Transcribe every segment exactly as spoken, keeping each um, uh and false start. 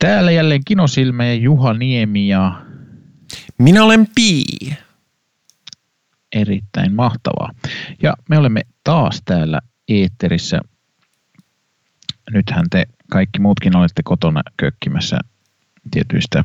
Täällä jälleen Kinosilmä ja Juha Niemi ja... Minä olen Pii. Erittäin mahtavaa. Ja me olemme taas täällä eetterissä. Nythän te kaikki muutkin olette kotona kökkimässä tietyistä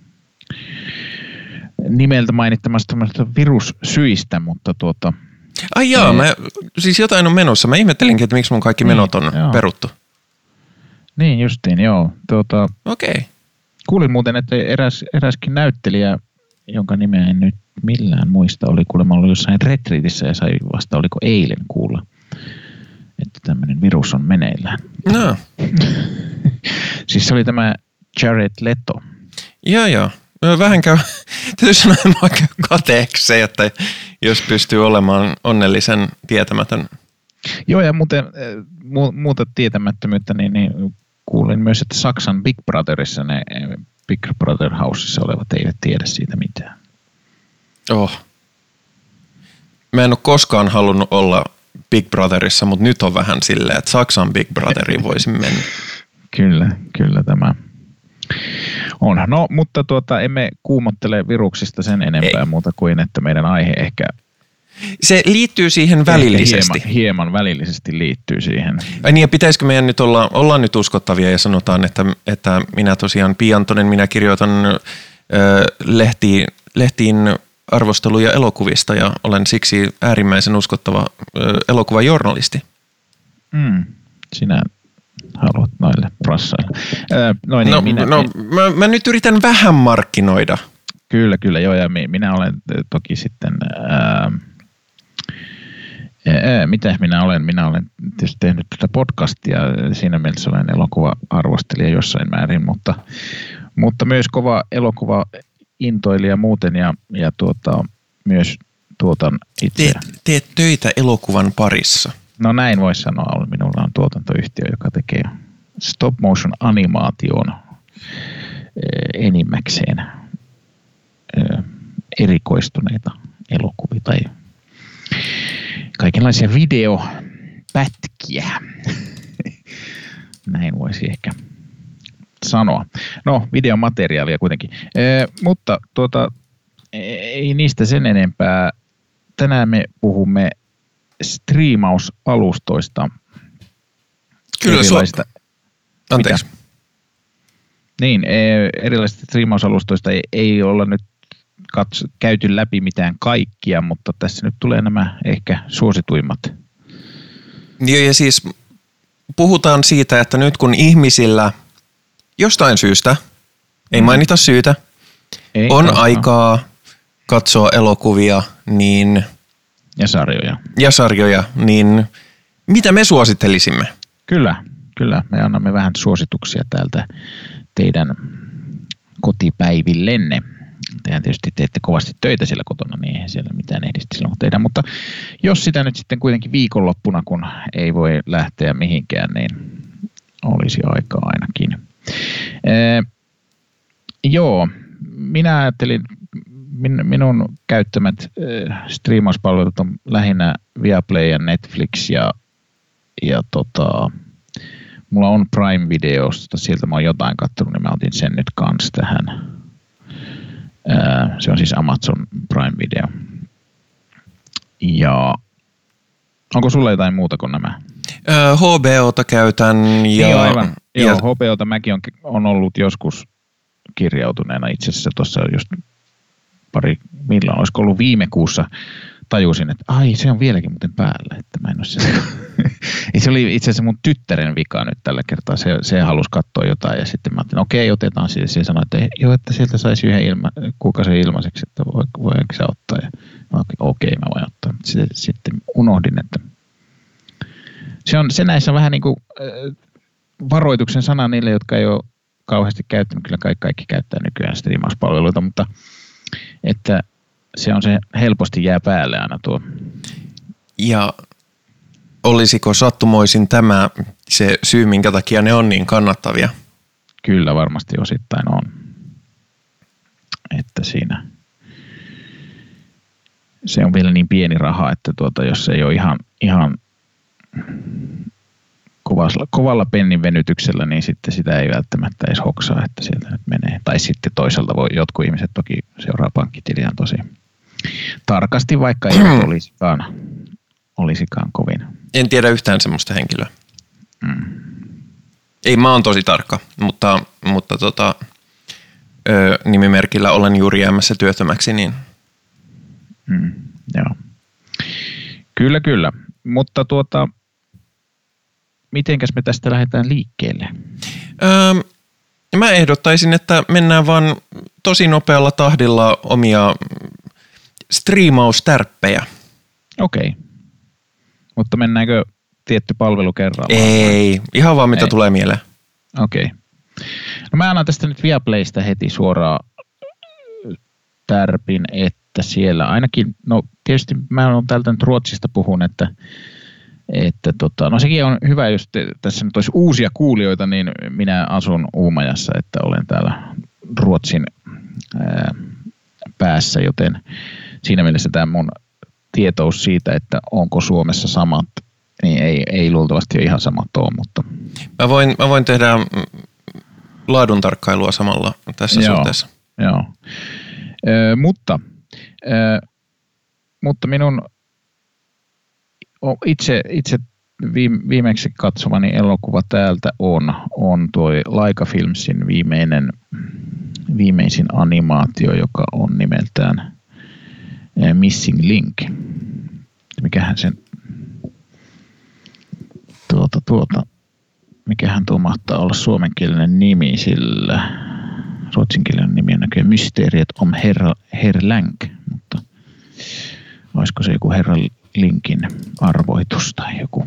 nimeltä mainittamasta virussyistä, mutta tuota... Ai jaa, ee... mä, siis jotain on menossa. Mä ihmettelinkin, että miksi mun kaikki niin, menot on joo. peruttu. Niin justiin, joo. Tuota, Okei. Okay. Kuulin muuten, että eräs, eräskin näyttelijä, jonka nimeä en nyt millään muista, oli kuulemma ollut jossain retriitissä ja sai vasta, oliko eilen kuulla, että tämmöinen virus on meneillään. No. Siis se oli tämä Jared Leto. Joo, joo. Vähän käy, täytyy sanoa, että mä käy kateeksi, että jos pystyy olemaan onnellisen tietämätön. Joo, ja muuten, mu, muuta tietämättömyyttä, niin, niin kuulin myös, että Saksan Big Brotherissa ne Big Brother Houseissa olevat eivät tiedä siitä mitään. Oh. Mä en ole koskaan halunnut olla Big Brotherissa, mutta nyt on vähän silleen, että Saksan Big Brotheriin voisin mennä. Kyllä, kyllä tämä on. No, mutta tuota, emme kuumottele viruksista sen enempää Ei. muuta kuin, että meidän aihe ehkä... Se liittyy siihen välillisesti. Hieman, hieman välillisesti liittyy siihen. Ai niin, ja pitäisikö meidän nyt olla, ollaan nyt uskottavia ja sanotaan, että, että minä tosiaan Pii Antonen, minä kirjoitan ö, lehtiin, lehtiin arvosteluja elokuvista ja olen siksi äärimmäisen uskottava ö, elokuvajournalisti. Mm, sinä haluat noille prassailla. Öö, noin, no, niin minä, no mä, mä nyt yritän vähän markkinoida. Kyllä, kyllä, joo, ja minä olen toki sitten... Ää, ää, mitä minä olen? Minä olen tietysti tehnyt tätä podcastia, siinä mielessä olen elokuva-arvostelija jossain määrin, mutta, mutta myös kova elokuva-intoilija muuten, ja, ja tuota, myös tuotan itse. Teet, teet töitä elokuvan parissa. No näin voisi sanoa, minulla on tuotantoyhtiö, joka tekee stop motion animaation enimmäkseen erikoistuneita elokuvia tai kaikenlaisia videopätkiä. Näin voisi ehkä sanoa. No, videomateriaalia kuitenkin. E, mutta tuota, ei niistä sen enempää. Tänään me puhumme striimausalustoista. Kyllä, erilaisista... Anteeksi. Mitä? Niin, erilaisista striimausalustoista ei, ei olla nyt katso, käyty läpi mitään kaikkia, mutta tässä nyt tulee nämä ehkä suosituimmat. Joo, ja siis puhutaan siitä, että nyt kun ihmisillä jostain syystä, ei mm. mainita syytä, ei, on totta. aikaa katsoa elokuvia niin, ja sarjoja. ja sarjoja, niin mitä me suosittelisimme? Kyllä, kyllä. Me annamme vähän suosituksia täältä teidän kotipäivillenne. Tehän tietysti teette kovasti töitä siellä kotona, niin eihän siellä mitään ehdistä silloin tehdä. Mutta jos sitä nyt sitten kuitenkin viikonloppuna, kun ei voi lähteä mihinkään, niin olisi aikaa ainakin. Ee, joo, minä ajattelin, min, minun käyttämät äh, striimauspalvelut on lähinnä Viaplay ja Netflix ja, ja tota... Mulla on Prime Videosta, sieltä mä oon jotain katsonut, niin mä otin sen nyt kans tähän. Ää, se on siis Amazon Prime Video. Ja onko sulla jotain muuta kuin nämä? Öö, H B O:ta käytän ja... Niin aivan. Ja... Joo, H B O:ta mäkin on, on ollut joskus kirjautuneena itse asiassa tuossa just pari, milloin olisiko ollut viime kuussa. Tajusin, että ai se on vieläkin muuten päällä, että mä en ole sitä. Se oli itse asiassa mun tyttären vika nyt tällä kertaa. Se, se halusi katsoa jotain ja sitten mä ajattelin, okei, otetaan siitä. Se sanoi, että joo, että sieltä saisi yhden ilma, kuukauden ilmaiseksi, että voi, voinko sä ottaa. Ja mä okei, okei, mä voin ottaa. Sitten, sitten unohdin, että se, on, se näissä on vähän niin kuin äh, varoituksen sana niille, jotka ei ole kauheasti käyttänyt. Kyllä kaikki, kaikki käyttää nykyään striimauspalveluita, mutta että se on se, helposti jää päälle aina tuo. Ja olisiko sattumoisin tämä se syy, minkä takia ne on niin kannattavia? Kyllä, varmasti osittain on. Että siinä se on vielä niin pieni raha, että tuota, jos ei ole ihan, ihan kovalla, kovalla pennin venytyksellä, niin sitten sitä ei välttämättä edes hoksaa, että sieltä nyt menee. Tai sitten toisaalta voi, jotkut ihmiset toki seuraa pankkitiliään tosi tarkasti, vaikka ei olisikaan, olisikaan kovin. En tiedä yhtään semmoista henkilöä. Mm. Ei, mä oon tosi tarkka, mutta, mutta tota, ö, nimimerkillä olen juuri jäämässä työttömäksi, niin... Mm, joo. Kyllä, kyllä. Mutta tuota, mitenkäs me tästä lähdetään liikkeelle? Öö, mä ehdottaisin, että mennään vaan tosi nopealla tahdilla omia striimaustärppejä. Okei. Okay. Mutta mennäänkö tietty palvelu kerrallaan? Ei, ihan vaan mitä Ei. tulee mieleen. Okei. Okay. No mä annan tästä nyt Viaplaystä heti suoraan tärpin, että siellä ainakin, no tietysti mä oon täältä nyt Ruotsista puhun, että, että tota, no sekin on hyvä, jos te, tässä nyt olisi uusia kuulijoita, niin minä asun Uumajassa, että olen täällä Ruotsin ää, päässä, joten siinä mielessä tämä mun tietous siitä, että onko Suomessa samat, niin ei, ei luultavasti ole ihan samat ole, mutta... Mä voin, mä voin tehdä laadun tarkkailua samalla tässä joo, suhteessa. Joo, ö, mutta, ö, mutta minun itse, itse viimeksi katsomani elokuva täältä on, on tuo Laika Filmsin viimeinen, viimeisin animaatio, joka on nimeltään Missing Link. Mikähän sen tuota, tuota, mikähän tuo mahtaa olla suomenkielinen nimi, sillä ruotsinkielinen nimi on näköjään Mysteriet om Herra, Herr Länk, mutta olisiko se joku Herra Linkin arvoitus tai joku.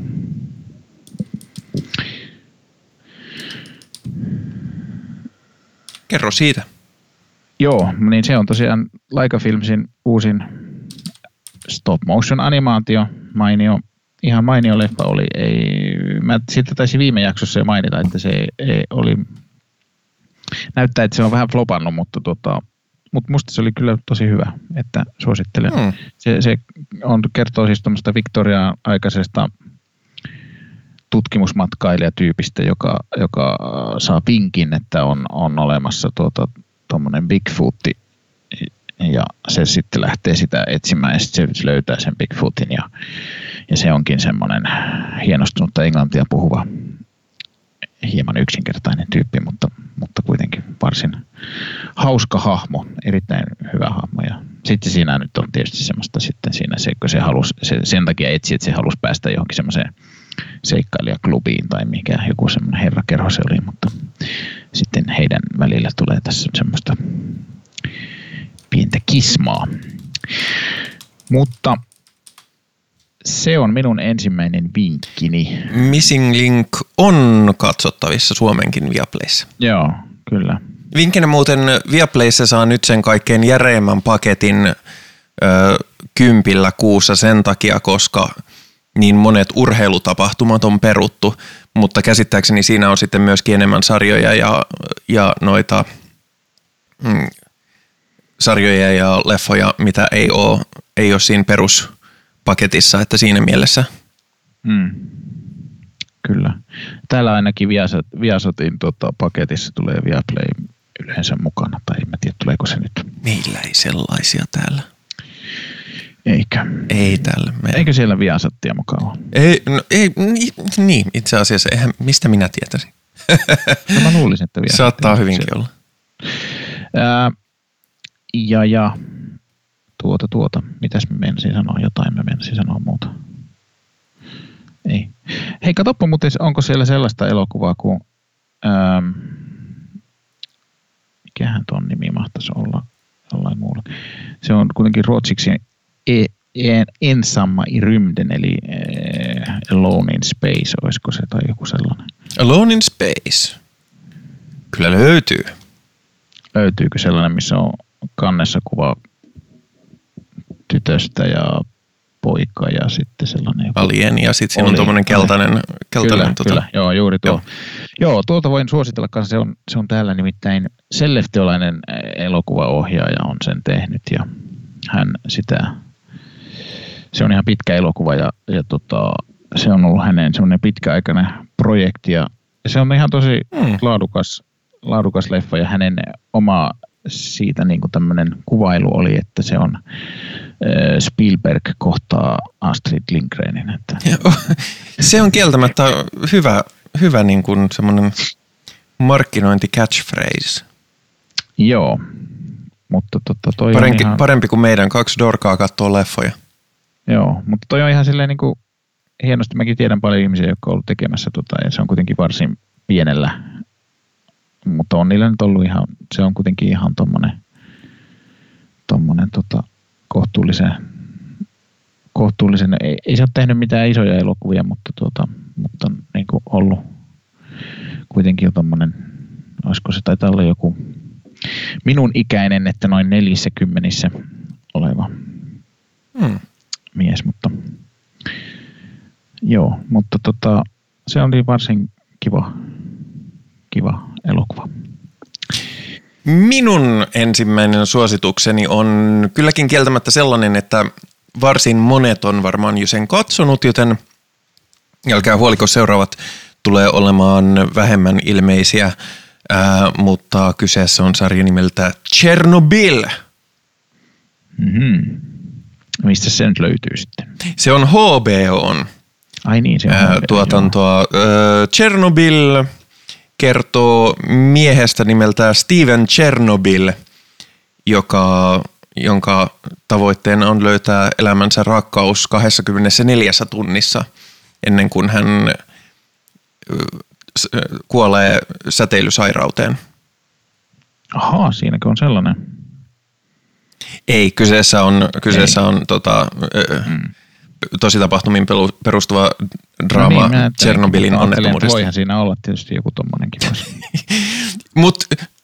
Kerro siitä. Joo, niin se on tosiaan Laika Filmsin uusin stop motion animaatio, mainio, ihan mainio leffa oli. Ei, mä sitten taisin viime jaksossa jo mainita, että se ei, ei oli, näyttää, että se on vähän flopannut, mutta tota, mutta musta se oli kyllä tosi hyvä, että suosittelen. Hmm. Se, se on, kertoo siis tuommoista Victoriaan aikaisesta tutkimusmatkailijatyypistä, joka, joka saa vinkin, että on, on olemassa tuota, tuommoinen Bigfootti, ja se sitten lähtee sitä etsimään ja sitten se löytää sen Bigfootin ja, ja se onkin semmoinen hienostunutta englantia puhuva, hieman yksinkertainen tyyppi, mutta, mutta kuitenkin varsin hauska hahmo, erittäin hyvä hahmo. Ja sitten siinä nyt on tietysti semmoista sitten siinä se, kun se halusi, se sen takia etsi, että se halusi päästä johonkin semmoiseen seikkailijaklubiin tai mikä joku semmoinen herrakerho se oli, mutta sitten heidän välillä tulee tässä semmoista pientä kismaa. Mutta se on minun ensimmäinen vinkkini. Missing Link on katsottavissa Suomenkin Viaplayssa. Joo, kyllä. Vinkkinä muuten Viaplayssa saa nyt sen kaikkein järeimmän paketin ö, kympillä kuussa sen takia, koska niin monet urheilutapahtumat on peruttu, mutta käsittääkseni siinä on sitten myöskin enemmän sarjoja ja, ja noita mm, sarjoja ja leffoja, mitä ei ole, ei ole siinä peruspaketissa, että siinä mielessä. Mm. Kyllä. Täällä ainakin Viasat, Viasatin tota, paketissa tulee Viaplay yleensä mukana, tai en mä tiedä, tuleeko se nyt. Meillä ei sellaisia täällä. Eikö? Ei täällä. Meillä. Eikö siellä Viasattia mukaan ole? Ei, no, ei, niin, itse asiassa, eihän, mistä minä tietäisin? No mä luulisin, että Viasattia. Saattaa hyvinkin siellä olla. Ää, ja, ja tuota, tuota, mitäs mä menisin sanoa? Jotain mä menisin sanoa muuta. Ei. Hei, katsoppa muuten, onko siellä sellaista elokuvaa kuin, ähm, mikähän tuon nimi mahtaisi olla jollain muulla. Se on kuitenkin ruotsiksi e, e, Ensamma i rymden, eli äh, Alone in Space, olisiko se tai joku sellainen. Alone in Space? Kyllä löytyy. Löytyykö sellainen, missä on kannessa kuva tytöstä ja poika ja sitten sellainen... Alien ja sitten siinä on tuommoinen keltainen... keltainen kyllä, tota. kyllä, joo, juuri tuo. Joo. joo, tuolta voin suositella kanssa, se on, se on täällä nimittäin sellefteolainen elokuvaohjaaja on sen tehnyt ja hän sitä... Se on ihan pitkä elokuva ja, ja tota, se on ollut hänen semmoinen pitkäaikainen projekti ja se on ihan tosi mm. laadukas, laadukas leffa ja hänen oma siitä niin kuin tämmöinen kuvailu oli, että se on Spielberg kohtaa Astrid Lindgrenin. Että. Se on kieltämättä hyvä, hyvä niin kuin semmoinen markkinointi catchphrase. Joo, mutta tota, toi parempi, on ihan... parempi kuin meidän kaksi dorkaa katsoo leffoja. Joo, mutta toi on ihan silleen niin kuin hienosti. Mäkin tiedän paljon ihmisiä, jotka on ollut tekemässä tota, ja se on kuitenkin varsin pienellä. Mutta on niillä nyt ollut ihan, se on kuitenkin ihan tommonen, tommonen tota, kohtuullisen, kohtuullisen, ei, ei se ole tehnyt mitään isoja elokuvia, mutta, tuota, mutta on niin kuin ollut kuitenkin jo tommonen, olisiko se taitaa olla joku minun ikäinen, että noin nelissä kymmenissä oleva hmm. mies, mutta joo, mutta tota, se oli varsin kiva, kiva elokuva. Minun ensimmäinen suositukseni on kylläkin kieltämättä sellainen, että varsin monet on varmaan jo sen katsonut, joten älkää huoliko, seuraavat tulee olemaan vähemmän ilmeisiä, ää, mutta kyseessä on sarja nimeltä Chernobyl. Mm-hmm. Mistä se nyt löytyy sitten? Se on H B O:n Ai niin, se on ää, tuotantoa. Ää, Chernobyl kertoo miehestä nimeltä Steven Chernobyl, joka, jonka tavoitteena on löytää elämänsä rakkaus kaksikymmentäneljä tunnissa ennen kuin hän kuolee säteilysairauteen. Ahaa, siinäkö on sellainen? Ei, kyseessä on, kyseessä Ei. on tota, mm. tosi tapahtumiin perustuva draama no niin, Tšernobylin onnettomuudesta. Voihan siinä olla tietysti joku tommonenkin voisi. Mut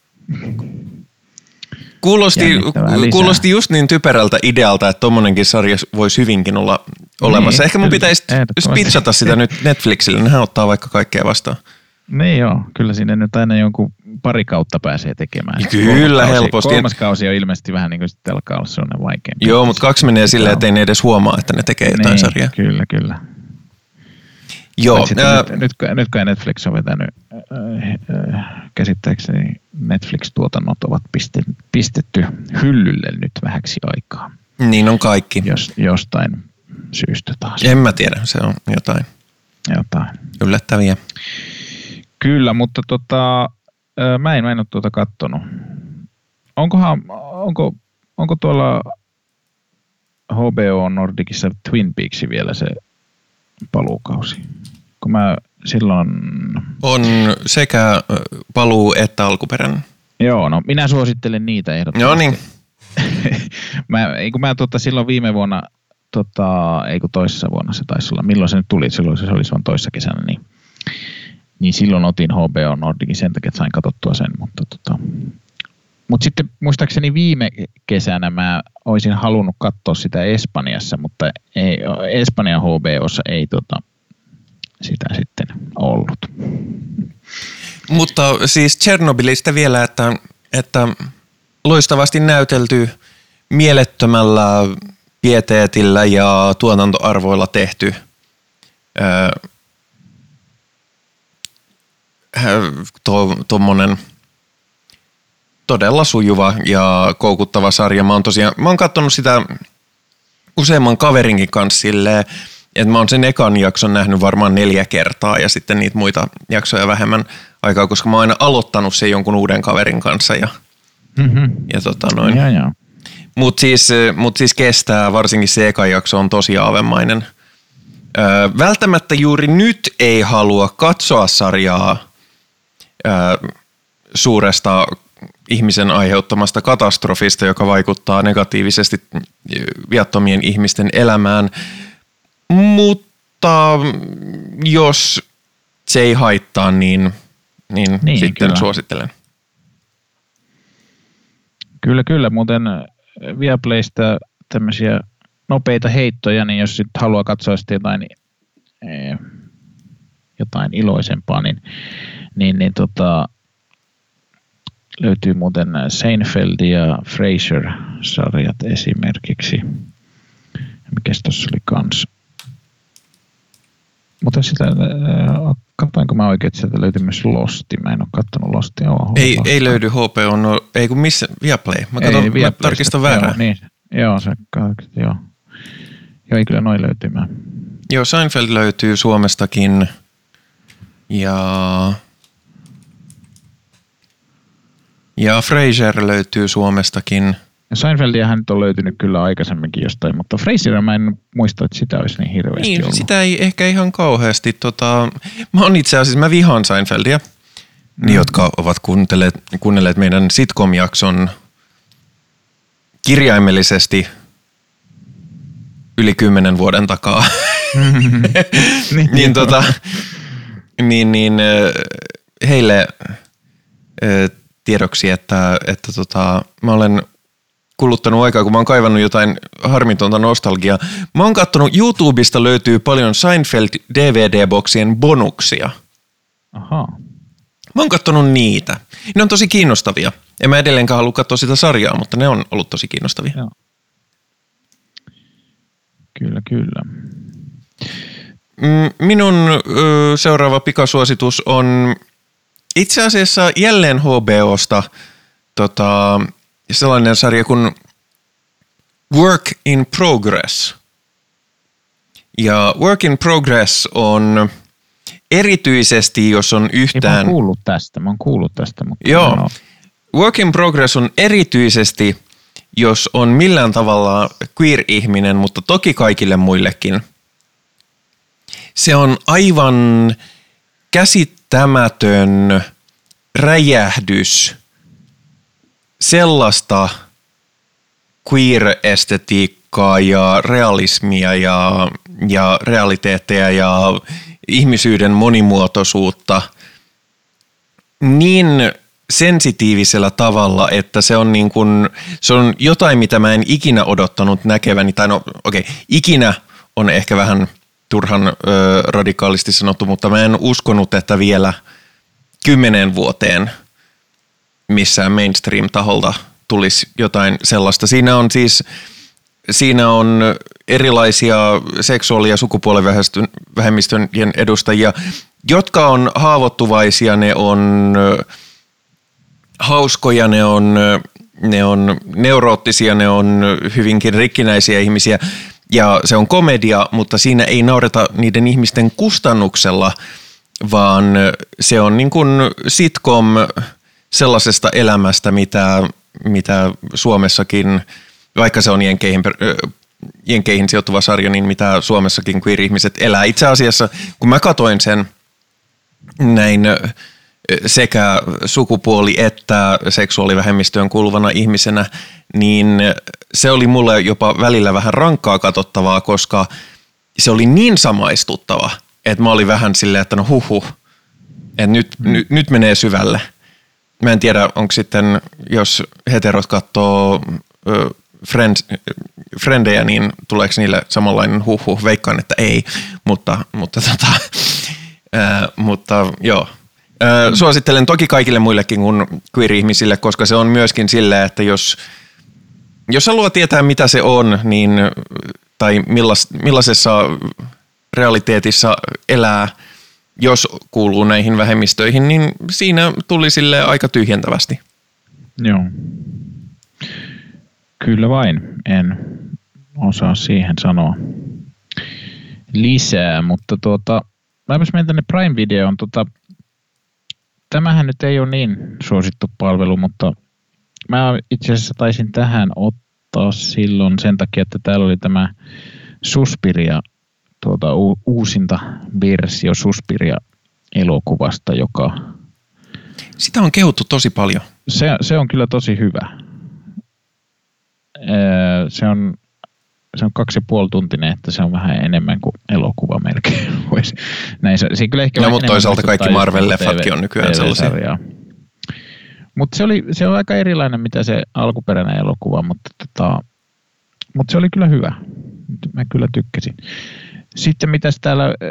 kuulosti, kuulosti just niin typerältä idealta, että tommonenkin sarja voisi hyvinkin olla olemassa. Niin, Ehkä mun pitäisi pitchata sitä nyt Netflixille, nehän ottaa vaikka kaikkea vastaan. Niin joo, kyllä siinä nyt aina jonkun pari kautta pääsee tekemään. Kyllä, helposti. Kolmas kausi on ilmeisesti vähän niin kuin sitten alkaa olla sellainen vaikeampi. Joo, mutta kaksi menee silleen, että ei ne edes huomaa, että ne tekee jotain niin, sarjaa. Kyllä, kyllä. Joo. Ää... Nyt, nyt, nyt kun Netflix on vetänyt, äh, äh, käsittääkseni Netflix-tuotannot ovat pistet, pistetty hyllylle nyt vähäksi aikaa. Niin on kaikki. Jos, jostain syystä taas. En mä tiedä, se on jotain. Jotain. Yllättäviä. Kyllä, mutta tota, mä en, mä en ole tuota kattonut. Onkohan, onko, onko tuolla H B O Nordicissa Twin Peaks vielä se paluukausi? Kun mä silloin... On sekä paluu että alkuperäinen. Joo, no minä suosittelen niitä ehdottomasti. No niin. mä, kun mä tota, silloin viime vuonna, tota, ei kun toisessa vuonna se taisi olla, milloin se nyt tuli, silloin se oli silloin toissa kesänä, niin niin silloin otin H B O Nordicin sen takia, että sain katsottua sen, mutta tota... Mut sitten muistaakseni viime kesänä mä olisin halunnut katsoa sitä Espanjassa, mutta ei, Espanjan H B O:ssa ei tota, sitä sitten ollut. Mutta siis Tšernobylistä vielä, että, että loistavasti näytelty, mielettömällä pieteetillä ja tuotantoarvoilla tehty öö, tuommoinen todella sujuva ja koukuttava sarja. Mä oon tosiaan, mä oon katsonut sitä useamman kaverinkin kanssa silleen, että mä oon sen ekan jakson nähnyt varmaan neljä kertaa ja sitten niitä muita jaksoja vähemmän aikaa, koska mä oon aina aloittanut sen jonkun uuden kaverin kanssa ja, mm-hmm. ja tota noin. Ja, ja. Mut siis, mut siis kestää, varsinkin se eka jakso on tosi aavemainen. Öö, välttämättä juuri nyt ei halua katsoa sarjaa öö, suuresta ihmisen aiheuttamasta katastrofista, joka vaikuttaa negatiivisesti viattomien ihmisten elämään. Mutta jos se ei haittaa, niin, niin, niin sitten kyllä. Suosittelen. Kyllä, kyllä. Muuten Viaplaysta tämmöisiä nopeita heittoja, niin jos sitten haluaa katsoa sitten jotain, jotain iloisempaa, niin, niin, niin tota, löytyy muuten Seinfeld ja Frasier-sarjat esimerkiksi. Mikäs tuossa oli kans? Mutta sitä, äh, katsoinko mä oikein, että sieltä löytyy myös Losti. Mä en ole kattonut Lostia. Oh, ei, ei löydy H B O, no, ei kun missä, Viaplay. Mä, katon, ei, mä tarkistan väärää. Joo, niin, joo, se, joo. Joo, ei kyllä noin löytymään. Joo, Seinfeld löytyy Suomestakin ja, ja Frasier löytyy Suomestakin. Ja Seinfeldiähän nyt on löytynyt kyllä aikaisemminkin jostain, mutta Frasier mä en muista, että sitä olisi niin hirveästi niin, ollut. Sitä ei ehkä ihan kauheasti. Tota, mä oon itse asiassa, mä vihaan Seinfeldia, mm. niin, jotka ovat kuunnelleet, kuunnelleet meidän sitcom-jakson kirjaimellisesti yli kymmenen vuoden takaa. niin, niin, tota, niin, niin heille tiedoksi, että, että tota, mä olen kuluttanut aikaa, kun mä oon kaivannut jotain harmitonta nostalgiaa. Mä oon kattonut, YouTubesta löytyy paljon Seinfeld D V D-boksien bonuksia. Aha. Mä oon kattonut niitä. Ne on tosi kiinnostavia. En mä edelleenkään halua katsoa sitä sarjaa, mutta ne on ollut tosi kiinnostavia. Joo. Kyllä, kyllä. Minun ö, seuraava pikasuositus on itse asiassa jälleen H B Osta tota, sellainen sarja kuin Work in Progress. Ja Work in Progress on erityisesti, jos on yhtään... Ei, mä oon kuullut tästä, mä oon kuullut tästä. Mutta joo, no. Work in Progress on erityisesti, jos on millään tavalla queer-ihminen, mutta toki kaikille muillekin. Se on aivan käsittämätön räjähdys sellaista queer-estetiikkaa ja realismia ja, ja realiteetteja ja ihmisyyden monimuotoisuutta niin sensitiivisellä tavalla, että se on, niin kuin, se on jotain, mitä mä en ikinä odottanut näkeväni. Tai no okei, okay, ikinä on ehkä vähän turhan ö, radikaalisti sanottu, mutta mä en uskonut, että vielä kymmenen vuoteen missään mainstream-taholta tulisi jotain sellaista. Siinä on siis siinä on erilaisia seksuaali- ja sukupuolivähemmistöjen edustajia, jotka on haavoittuvaisia, ne on hauskoja, ne on, ne on neuroottisia, ne on hyvinkin rikkinäisiä ihmisiä ja se on komedia, mutta siinä ei naureta niiden ihmisten kustannuksella, vaan se on niin kuin sitcom sellaisesta elämästä, mitä, mitä Suomessakin, vaikka se on jenkeihin, jenkeihin sijoittuva sarja, niin mitä Suomessakin queer-ihmiset elää. Itse asiassa, kun mä katoin sen näin sekä sukupuoli- että seksuaalivähemmistöön kuuluvana ihmisenä, niin se oli mulle jopa välillä vähän rankkaa katsottavaa, koska se oli niin samaistuttava, että mä olin vähän silleen, että no huhuh, että nyt, mm. nyt, nyt menee syvälle. Mä en tiedä, onko sitten, jos heterot katsoo ö, friends, frendejä, niin tuleeko niille samanlainen huhuh? Veikkaan, että ei, mutta, mutta, tota, ää, mutta joo. Ää, suosittelen toki kaikille muillekin kuin queer-ihmisille, koska se on myöskin silleen, että jos, jos haluaa tietää, mitä se on, niin, tai millas, millaisessa realiteetissa elää, jos kuuluu näihin vähemmistöihin, niin siinä tuli sille aika tyhjentävästi. Joo. Kyllä vain. En osaa siihen sanoa lisää, mutta tuota, mäpäs menen tänne Prime-videoon. Tuota, tämähän nyt ei ole niin suosittu palvelu, mutta mä itse asiassa taisin tähän ottaa silloin sen takia, että täällä oli tämä Suspiria, tuota, u- uusinta versio Suspiria-elokuvasta, joka... Sitä on kehuttu tosi paljon. Se, se on kyllä tosi hyvä. Se on, se on kaksi ja puoli tuntinen, että se on vähän enemmän kuin elokuva melkein. Näin se, se kyllä ehkä no, mutta toisaalta kaikki Marvel-leffatkin on nykyään sellaisia. Mutta se, oli, se on aika erilainen, mitä se alkuperäinen elokuva, mutta, tota, mutta se oli kyllä hyvä. Mä kyllä tykkäsin. Sitten mitäs täällä äh,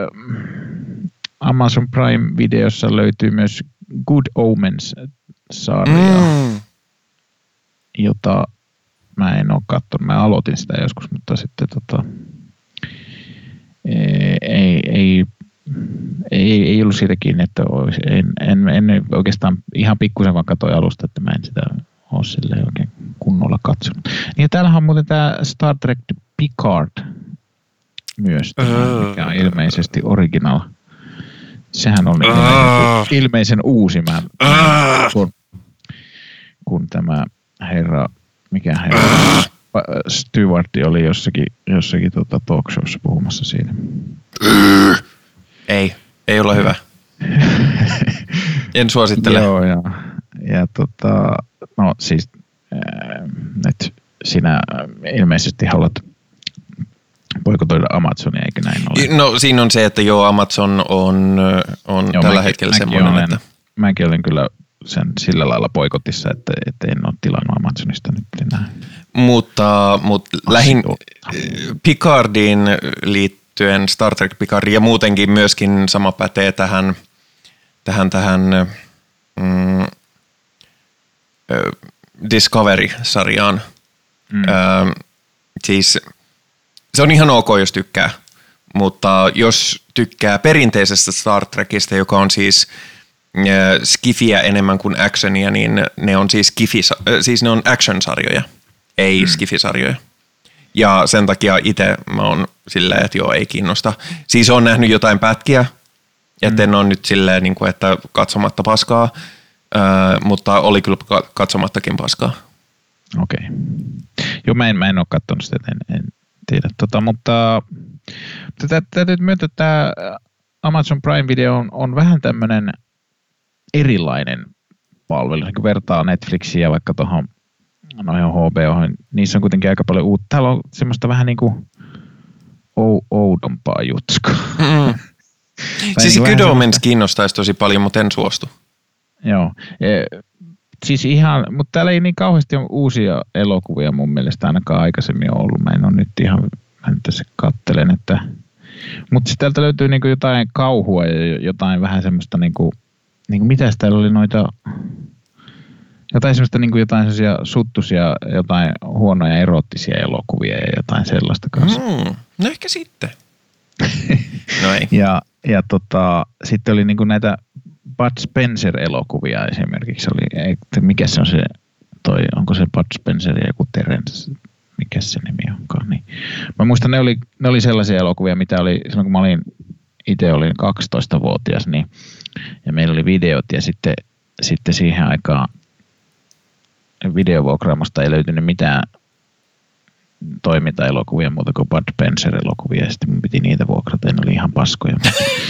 Amazon Prime-videossa löytyy myös Good Omens-sarja, mm. jota mä en ole katsonut. Mä aloitin sitä joskus, mutta sitten tota, ei, ei, ei, ei ollut siitä kiinni, että olisi, en, en, en oikeastaan ihan pikkusen vaan katsoin alusta, että mä en sitä ole silleen oikein kunnolla katsonut. Niin ja täällähän on muuten tämä Star Trek Picard myös, tämä, mikä on ilmeisesti original. Sehän on ilmeisen, ilmeisen uusi, mä, kun, kun tämä herra, mikä herra, Stewart oli jossakin, jossakin tota talk showssa puhumassa siinä. Ei, ei ole hyvä. En suosittele. Joo, ja, ja tota, no siis äh, nyt sinä ilmeisesti haluat boikotoida Amazonia, eikö näin ole? No siinä on se, että joo, Amazon on, on joo, tällä mäkin, hetkellä mäkin semmoinen, olen, että... Mäkin olen kyllä sen sillä lailla boikotissa, että, että en ole tilannut Amazonista nyt enää. Mutta, mutta lähin Picardiin liittyen, Star Trek Picard ja muutenkin myöskin sama pätee tähän, tähän, tähän mm, Discovery-sarjaan. Mm. Ö, siis se on ihan ok, jos tykkää, mutta jos tykkää perinteisestä Star Trekistä, joka on siis skifiä enemmän kuin actionia, niin ne on siis, skifi, siis ne on action-sarjoja, ei mm. skifisarjoja. Ja sen takia itse mä oon silleen, että joo, ei kiinnosta. Siis oon nähnyt jotain pätkiä, että en ole nyt silleen, niin kuin, että katsomatta paskaa, mutta oli kyllä katsomattakin paskaa. Okei. Okay. Joo, mä en, mä en ole katsonut sitä, en, en tiedä. Tota, mutta täytyy myöntää, että tämä Amazon Prime Video on, on vähän tämmöinen erilainen palvelu, kun vertaa Netflixiä vaikka tuohon noihin H B O:hon, niissä on kuitenkin aika paljon uutta. Täällä on semmoista vähän niin kuin ou- oudompaa jutskaa. Mm. Siis niin Good Omens kiinnostaisi tosi paljon, mutta en suostu. Joo. E, siis ihan, mutta täällä ei niin kauheasti ole uusia elokuvia mun mielestä ainakaan aikaisemmin ollut. Mä en ole nyt ihan, mä nyt tässä kattelen, että... Mutta sitten täältä löytyy niinku jotain kauhua ja jotain vähän semmoista niinku... Niinku mitäs täällä oli noita... Jotain semmoista niinku jotain semmoisia suttusia, jotain huonoja erottisia elokuvia ja jotain sellaista kanssa. Mm, no ehkä sitten. No ei. Ja, ja tota, sitten oli niinku näitä Bud Spencer-elokuvia esimerkiksi. Oli, mikä se on se, toi, onko se Bud Spencer ja joku Terence, mikä se nimi onkaan. Niin. Mä muistan, ne oli, ne oli sellaisia elokuvia, mitä oli, silloin kun mä olin, itse olin kaksitoistavuotias, niin, ja meillä oli videot ja sitten, sitten siihen aikaan videovuokraamosta ei löytynyt mitään toimintaelokuvia muuta kuin Bud Spencer-elokuvia ja sitten mun piti niitä vuokrata, ne oli ihan paskoja.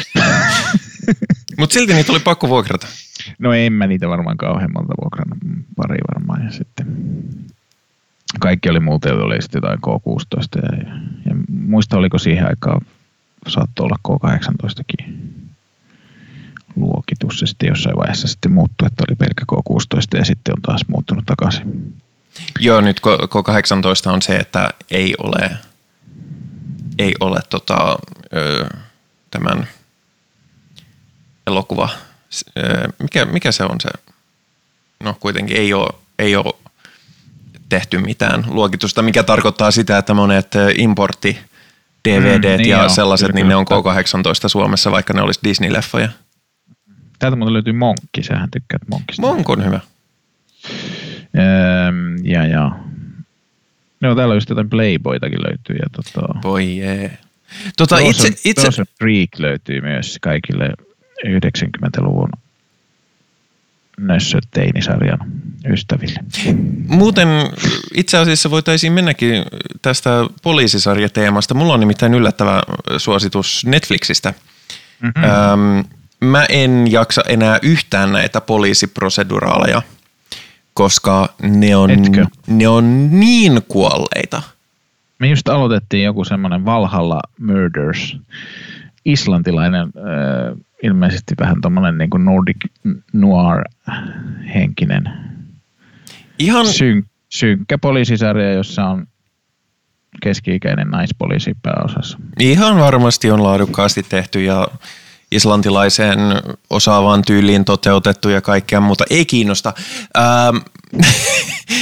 Mutta silti niitä oli pakko vuokrata. No en mä niitä varmaan kauhean monta vuokrannut, pari varmaan ja sitten kaikki oli muuten, oli sitten jotain K kuusitoista ja, ja muista oliko siihen aikaan saattoi olla K kahdeksantoistakin luokitus ja sitten jossain vaiheessa sitten muuttui, että oli pelkkä K kuusitoista ja sitten on taas muuttunut takaisin. Joo, nyt K kahdeksantoista on se, että ei ole, ei ole tota, ö, tämän elokuva, ö, mikä, mikä se on se, no kuitenkin ei ole, ei ole tehty mitään luokitusta, mikä tarkoittaa sitä, että monet importti D V D:t mm, niin ja joo, sellaiset, niin ne on K kahdeksantoista Suomessa, vaikka ne olisi Disney-leffoja. Täältä muuten löytyy Monkki, sähän tykkäät Monkista. Monk on hyvä. Öö, ja ja. No täällä just jotain Playboytakin löytyy. Ja tota, voi jee. Tota, itse, itse... Dawson Creek löytyy myös kaikille yhdeksänkymmentäluvun Nössö-teinisarjan ystäville. Muuten itse asiassa voitaisiin mennäkin tästä poliisisarjateemasta. Mulla on nimittäin yllättävä suositus Netflixistä. Mm-hmm. Öm, mä en jaksa enää yhtään näitä poliisiproseduraaleja, koska ne on, ne on niin kuolleita. Me just aloitettiin joku semmoinen Valhalla Murders, islantilainen, äh, ilmeisesti vähän tommonen niin kuin Nordic Noir-henkinen ihan syn, synkkä poliisisarja, jossa on keski-ikäinen naispoliisi pääosassa. Ihan varmasti on laadukkaasti tehty ja islantilaiseen osaavaan tyyliin toteutettu ja kaikkea muuta. Ei kiinnosta. Ähm,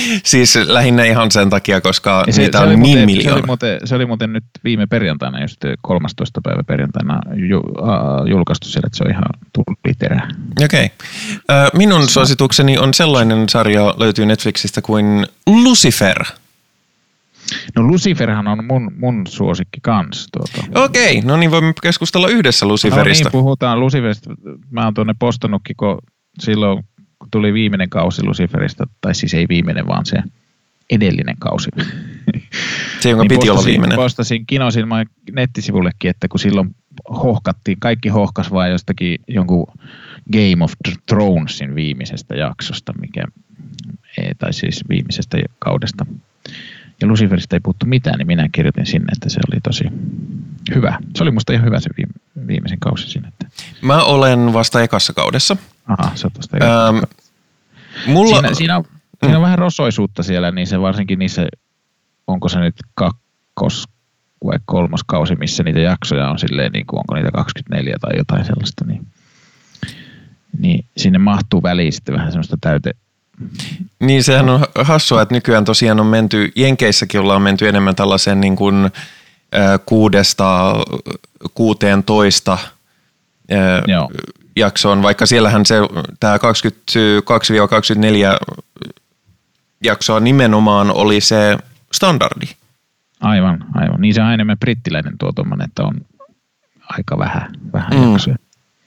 Siis lähinnä ihan sen takia, koska se, niitä se on niin muuten, miljoona. Se oli, muuten, se oli muuten nyt viime perjantaina, just kolmastoista päivä perjantaina ju, uh, julkaistu siellä, että se on ihan tulliterä. Okei. Okay. Minun suositukseni on sellainen sarja, löytyy Netflixistä kuin Lucifer. No Luciferhan on mun, mun suosikki kans. Tuota. Okei, okay. No niin voimme keskustella yhdessä Luciferista. No niin, puhutaan Luciferista. Mä oon tuonne postannutkin, kun silloin kun tuli viimeinen kausi Luciferista, tai siis ei viimeinen, vaan se edellinen kausi. Se, jonka niin piti olla viimeinen. Postasin Kinosilman nettisivullekin, että kun silloin hohkattiin, kaikki hohkas vaan jostakin jonkun Game of Thronesin viimeisestä jaksosta, mikä, tai siis viimeisestä kaudesta. Ja Luciferista ei puhuttu mitään, niin minä kirjoitin sinne, että se oli tosi hyvä. Se oli musta ihan hyvä se viime, viimeisen kausi sinne. Mä olen vasta ekassa kaudessa. Aha, se on tosta ekassa ähm, mulla... Siinä, siinä, on, mm. siinä on vähän rosoisuutta siellä, niin se varsinkin niissä, onko se nyt kakkos vai kolmas kausi, missä niitä jaksoja on silleen, niin kuin onko niitä kaksikymmentäneljä tai jotain sellaista, niin, niin sinne mahtuu väliin sitten vähän semmoista täyte. Niin sehän on hassua, että nykyään tosiaan on menty, Jenkeissäkin ollaan menty enemmän tällaiseen niin kuin äh, kuudesta kuuteentoista äh, jaksoon, vaikka siellähän se tämä kaksikymmentäkaksi kaksikymmentäneljä jaksoa nimenomaan oli se standardi. Aivan, aivan. Niin se on enemmän brittiläinen tuo tommonen, että on aika vähän, vähän mm. jaksoja.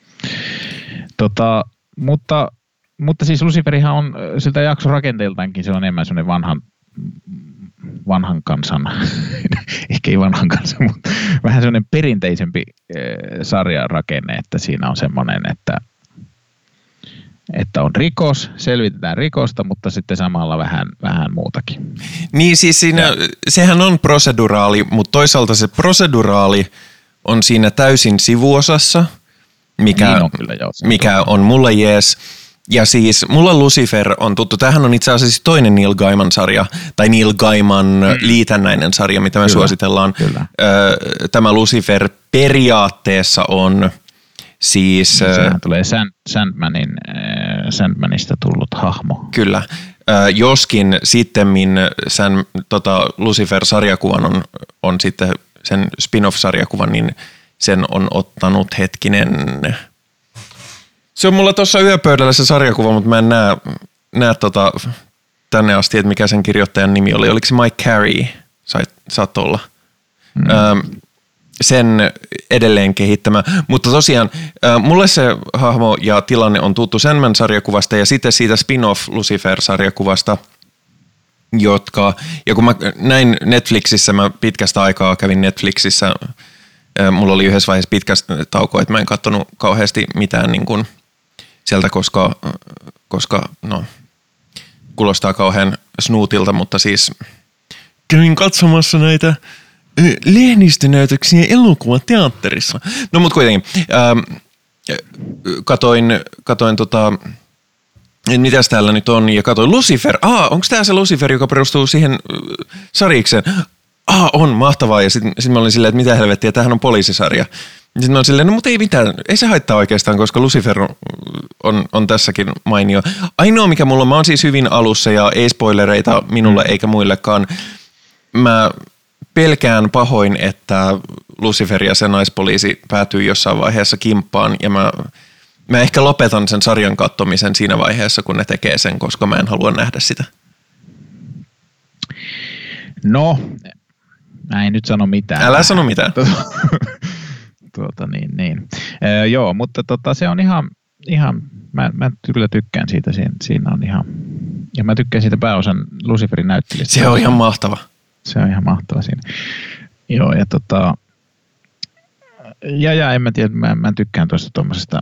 Tota, mutta Mutta siis Luciferihan on siltä jakson rakenteeltaankin, se on enemmän semmoinen vanhan, vanhan kansan, ehkä ei vanhan kansan, mutta vähän semmoinen perinteisempi sarjarakenne, että siinä on semmoinen, että, että on rikos, selvitetään rikosta, mutta sitten samalla vähän, vähän muutakin. Niin siis siinä, ja. Sehän on proseduraali, mutta toisaalta se proseduraali on siinä täysin sivuosassa, mikä, niin on, kyllä, joo, mikä on mulle jees. Ja siis mulla Lucifer on tuttu. Tämähän on itse asiassa toinen Neil Gaiman-sarja, tai Neil Gaiman mm. liitännäinen sarja, mitä me kyllä, suositellaan. Kyllä. Tämä Lucifer periaatteessa on siis... Sehän tulee Sand, Sandmanin, Sandmanista tullut hahmo. Kyllä. Joskin sittemmin sen tota, Lucifer-sarjakuvan on, on sitten sen spin-off-sarjakuvan, niin sen on ottanut hetkinen... Se on mulla tuossa yöpöydällä se sarjakuva, mutta mä en näe, näe tota, tänne asti, että mikä sen kirjoittajan nimi oli. Oliko se Mike Carey? Sait, saat olla. Mm. Öö, sen edelleen kehittämä. Mutta tosiaan, öö, mulle se hahmo ja tilanne on tuttu Sandman-sarjakuvasta ja sitten siitä spin-off Lucifer-sarjakuvasta, jotka, ja kun mä näin Netflixissä, mä pitkästä aikaa kävin Netflixissä, öö, mulla oli yhdessä vaiheessa pitkä tauko, että mä en katsonut kauheasti mitään niin kuin sieltä, koska, koska no, kuulostaa kauhean snootilta, mutta siis kävin katsomassa näitä lehdistönäytöksiä elokuvateatterissa. No mutta kuitenkin, ähm, katoin, katoin tota, mitäs täällä nyt on, ja katoin Lucifer. Ah, onko tää se Lucifer, joka perustuu siihen äh, sarikseen? Ah, on, mahtavaa. Ja sitten sit mä olin silleen, että mitä helvettiä, tämähän on poliisisarja. Sitten on silleen, no mutta ei mitään, ei se haittaa oikeastaan, koska Lucifer on, on, on tässäkin mainio. Ainoa mikä mulla on, mä oon siis hyvin alussa ja ei spoilereita minulle eikä muillekaan. Mä pelkään pahoin, että Lucifer ja se naispoliisi päätyy jossain vaiheessa kimppaan ja mä, mä ehkä lopetan sen sarjan katsomisen siinä vaiheessa, kun ne tekee sen, koska mä en halua nähdä sitä. No, mä en nyt sano mitään. Älä sano mitään. Tuota, niin, niin. Ee, joo, mutta tota, se on ihan, ihan mä, mä kyllä tykkään siitä, siinä, siinä on ihan, ja mä tykkään siitä pääosan Luciferin näyttelijästä. Se on ihan mahtava. Se on ihan mahtava siinä. Joo, ja tota, ja, ja en mä tiedä, mä, mä tykkään tuosta tuommoisesta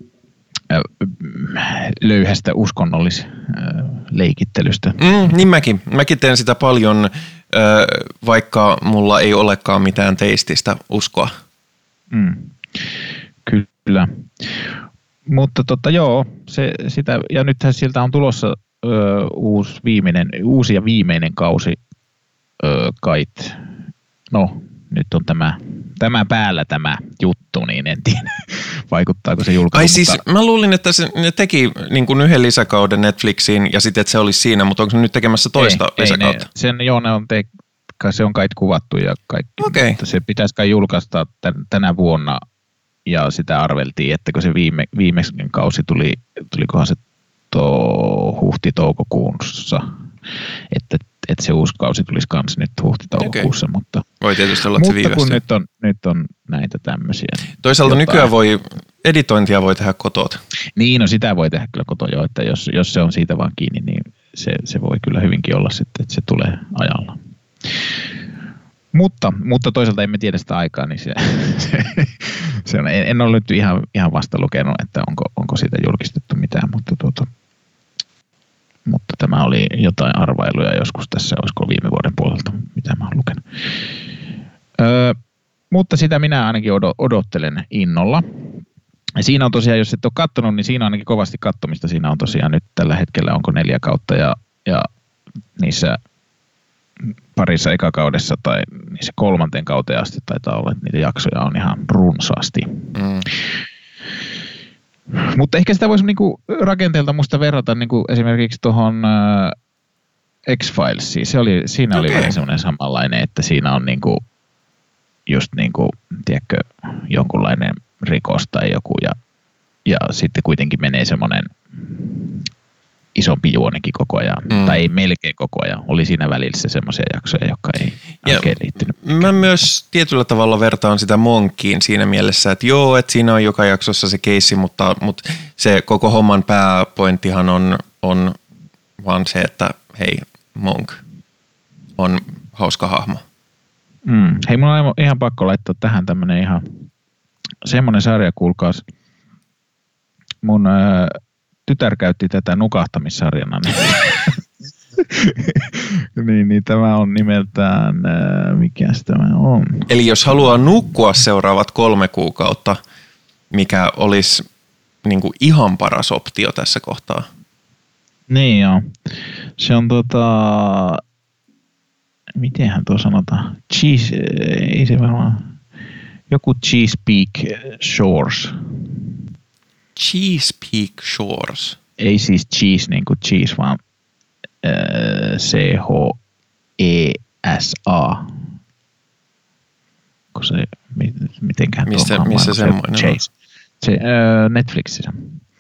löyhästä uskonnollisleikittelystä. Mm, niin mäkin. Mäkin teen sitä paljon, vaikka mulla ei olekaan mitään teististä uskoa. Mm, kyllä. Mutta tota, joo, se, sitä, ja nythän siltä on tulossa ö, uusi, viimeinen, uusi ja viimeinen kausi ö, kait. No, nyt on tämä, tämä päällä tämä juttu, niin en tiedä, vaikuttaako se julkaisu. Ai siis, mä luulin, että se, ne teki niin kuin yhden lisäkauden Netflixiin ja sitten, että se olisi siinä, mutta onko se nyt tekemässä toista ei, lisäkautta? Ei, ne, sen, joo, ne on te, se on kai kuvattu ja kaikki, okay. Mutta se pitäisi kai julkaista tän, tänä vuonna ja sitä arveltiin, että kun se viime, viimeisen kausi tuli, tulikohan se to, huhti-toukokuussa, että, että se uusi kausi tulisi kans nyt huhti-toukokuussa, okay. Mutta, voi tietysti olla, mutta se kun nyt on, nyt on näitä tämmöisiä. Toisaalta jotain. Nykyään voi, editointia voi tehdä kotoa. Niin, no sitä voi tehdä kyllä kotoa jo, että jos, jos se on siitä vaan kiinni, niin se, se voi kyllä hyvinkin olla sitten, että se tulee ajalla. Mutta, mutta toisaalta emme tiedä sitä aikaa, niin se, se, se on, en, en ole nyt ihan, ihan vasta lukenut, että onko, onko siitä julkistettu mitään, mutta, tuota, mutta tämä oli jotain arvailuja joskus tässä, olisiko viime vuoden puolelta, mitä mä olen lukenut. Öö, mutta sitä minä ainakin odottelen innolla. Ja siinä on tosiaan, jos et ole katsonut, niin siinä on ainakin kovasti katsomista. Siinä on tosiaan nyt tällä hetkellä onko neljä kautta ja, ja niissä parissa ekakaudessa tai niissä kolmanteen kauteen asti taitaa olla, että niitä jaksoja on ihan runsaasti. Mm. Mutta ehkä sitä voisi niinku rakenteelta musta verrata niinku esimerkiksi tuohon äh, X-Filesiin. Se oli, siinä okay. oli vähän semmoinen samanlainen, että siinä on niinku just niinku, tiedätkö, jonkunlainen rikos tai joku ja, ja sitten kuitenkin menee semmoinen isompi juonikin koko ajan, mm. tai ei melkein koko ajan. Oli siinä välissä semmoisia jaksoja, jotka ei ja oikein liittynyt. Mä myös tietyllä tavalla vertaan sitä Monkiin siinä mielessä, että joo, että siinä on joka jaksossa se keissi, mutta, mutta se koko homman pääpointtihan on, on vaan se, että hei, Monk on hauska hahmo. Mm. Hei, mun on ihan pakko laittaa tähän tämmönen ihan semmoinen sarja, kuulkaas. Mun ää, tytär käytti tätä nukahtamissarjana. Niin, niin, niin tämä on nimeltään, ää, mikäs tämä on? Eli jos haluaa nukkua seuraavat kolme kuukautta, mikä olisi niin kuin ihan paras optio tässä kohtaa? Niin joo. Se on tota, mitenhän tuo sanotaan? Cheese, ei se varmaan, joku Chesapeake Shores. Chesapeake Shores. Ei siis cheese niin kuin cheese, vaan äh, C H E S A. Kun se, mitenkään Missä, tuo missä semmoinen Chase. Se, äh, Netflixissä.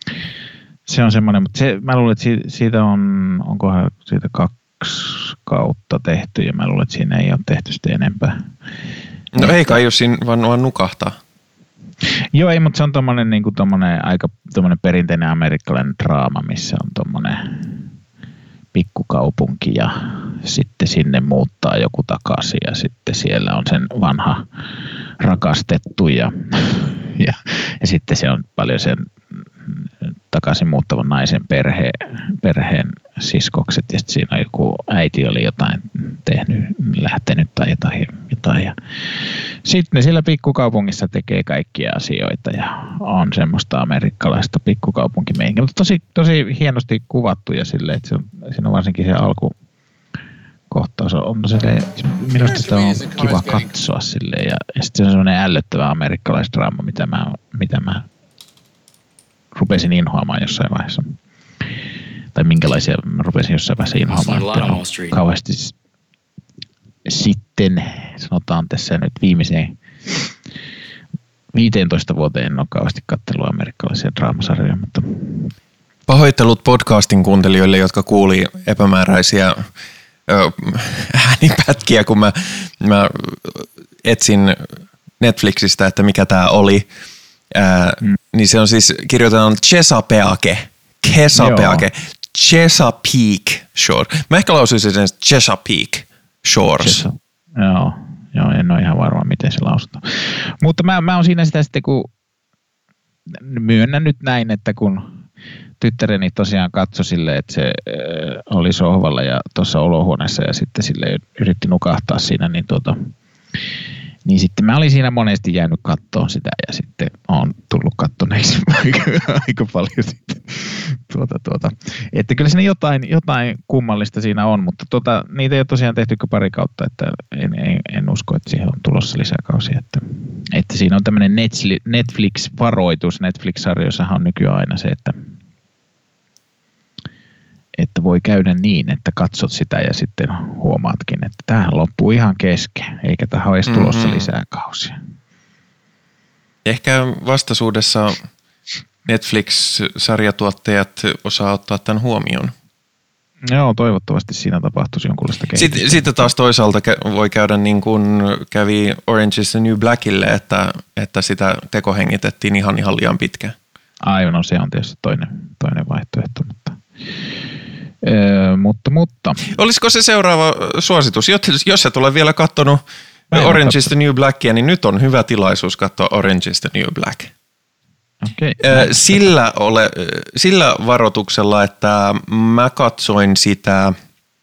Se on semmoinen, mutta se, mä luulen, että siitä, siitä on, onkohan siitä kaksi kautta tehty ja mä luulen, että siinä ei ole tehty sitä enempää. No ei kai, jos siinä vaan, vaan nukahtaa. Joo, ei, mutta se on tommonen, niin kuin tommonen, aika tommonen perinteinen amerikkalainen draama, missä on tommonen pikkukaupunki ja sitten sinne muuttaa joku takaisin ja sitten siellä on sen vanha rakastettu ja, ja, ja sitten se on paljon sen takaisin muuttavan naisen perhe, perheen siskokset ja sitten siinä on joku äiti oli jotain tehnyt, lähtenyt tai jotain. jotain. Ja sitten ne siellä pikkukaupungissa tekee kaikkia asioita ja on semmoista amerikkalaista pikkukaupunkimeininkiä, mutta tosi, tosi hienosti kuvattu ja silleen, että se on, siinä on varsinkin se alkukohtaus on silleen, minusta sitä on kiva katsoa silleen ja, ja sitten se on semmoinen ällöttävä amerikkalaisdraama, mitä mä, mitä mä rupesin inhoamaan jossain vaiheessa. Tai minkälaisia mä rupesin jossain vaiheessa inhoamaan. Kauheasti sitten, sanotaan tässä nyt viimeiseen viiteentoista vuoteen en ole kauheasti katsellut amerikkalaisia draamasarjoja, mutta pahoittelut podcastin kuuntelijoille, jotka kuuli epämääräisiä ö, äänipätkiä, kun mä, mä etsin Netflixistä, että mikä tää oli. Ää, mm. Niin se on siis, kirjoitetaan Chesapeake, Chesapeake, Chesapeake Shores. Mä ehkä lausuisin sen Chesapeake Shores. Chesa. Joo, joo, en ole ihan varma, miten se lausutaan. Mutta mä, mä oon siinä sitä sitten, kun myönnän nyt näin, että kun tyttäreni tosiaan katsoi silleen, että se äh, oli sohvalla ja tuossa olohuoneessa ja sitten sille yritti nukahtaa siinä, niin tuota, Niin sitten mä olin siinä monesti jäänyt kattoon sitä ja sitten on tullut kattoneeksi aika paljon sitten. Tuota, tuota. Että kyllä siinä jotain, jotain kummallista siinä on, mutta tuota, niitä ei ole tosiaan tehty kuin pari kautta, että en, en, en usko, että siihen on tulossa lisäkausi. Että, että siinä on tämmöinen Netflix-varoitus. Netflix-sarjoissahan on nykyään aina se, että että voi käydä niin, että katsot sitä ja sitten huomaatkin, että tämähän loppuu ihan kesken, eikä tähän ole edes tulossa mm-hmm. lisää kausia. Ehkä vastaisuudessa Netflix-sarjatuottajat osaa ottaa tämän huomioon. Joo, toivottavasti siinä tapahtuisi jonkunlaista kehitystä. Sitten, sitten taas toisaalta voi käydä niin kuin kävi Orange is the New Blackille, että, että sitä tekohengitettiin ihan, ihan liian pitkään. Aivan, no se on tietysti toinen, toinen vaihtoehto, mutta... Öö, mutta, mutta. Olisiko se seuraava suositus? Jos et ole vielä katsonut Orange is the New Blackia, niin nyt on hyvä tilaisuus katsoa Orange is the New Black. Okay. Sillä, ole, sillä varoituksella, että mä katsoin sitä,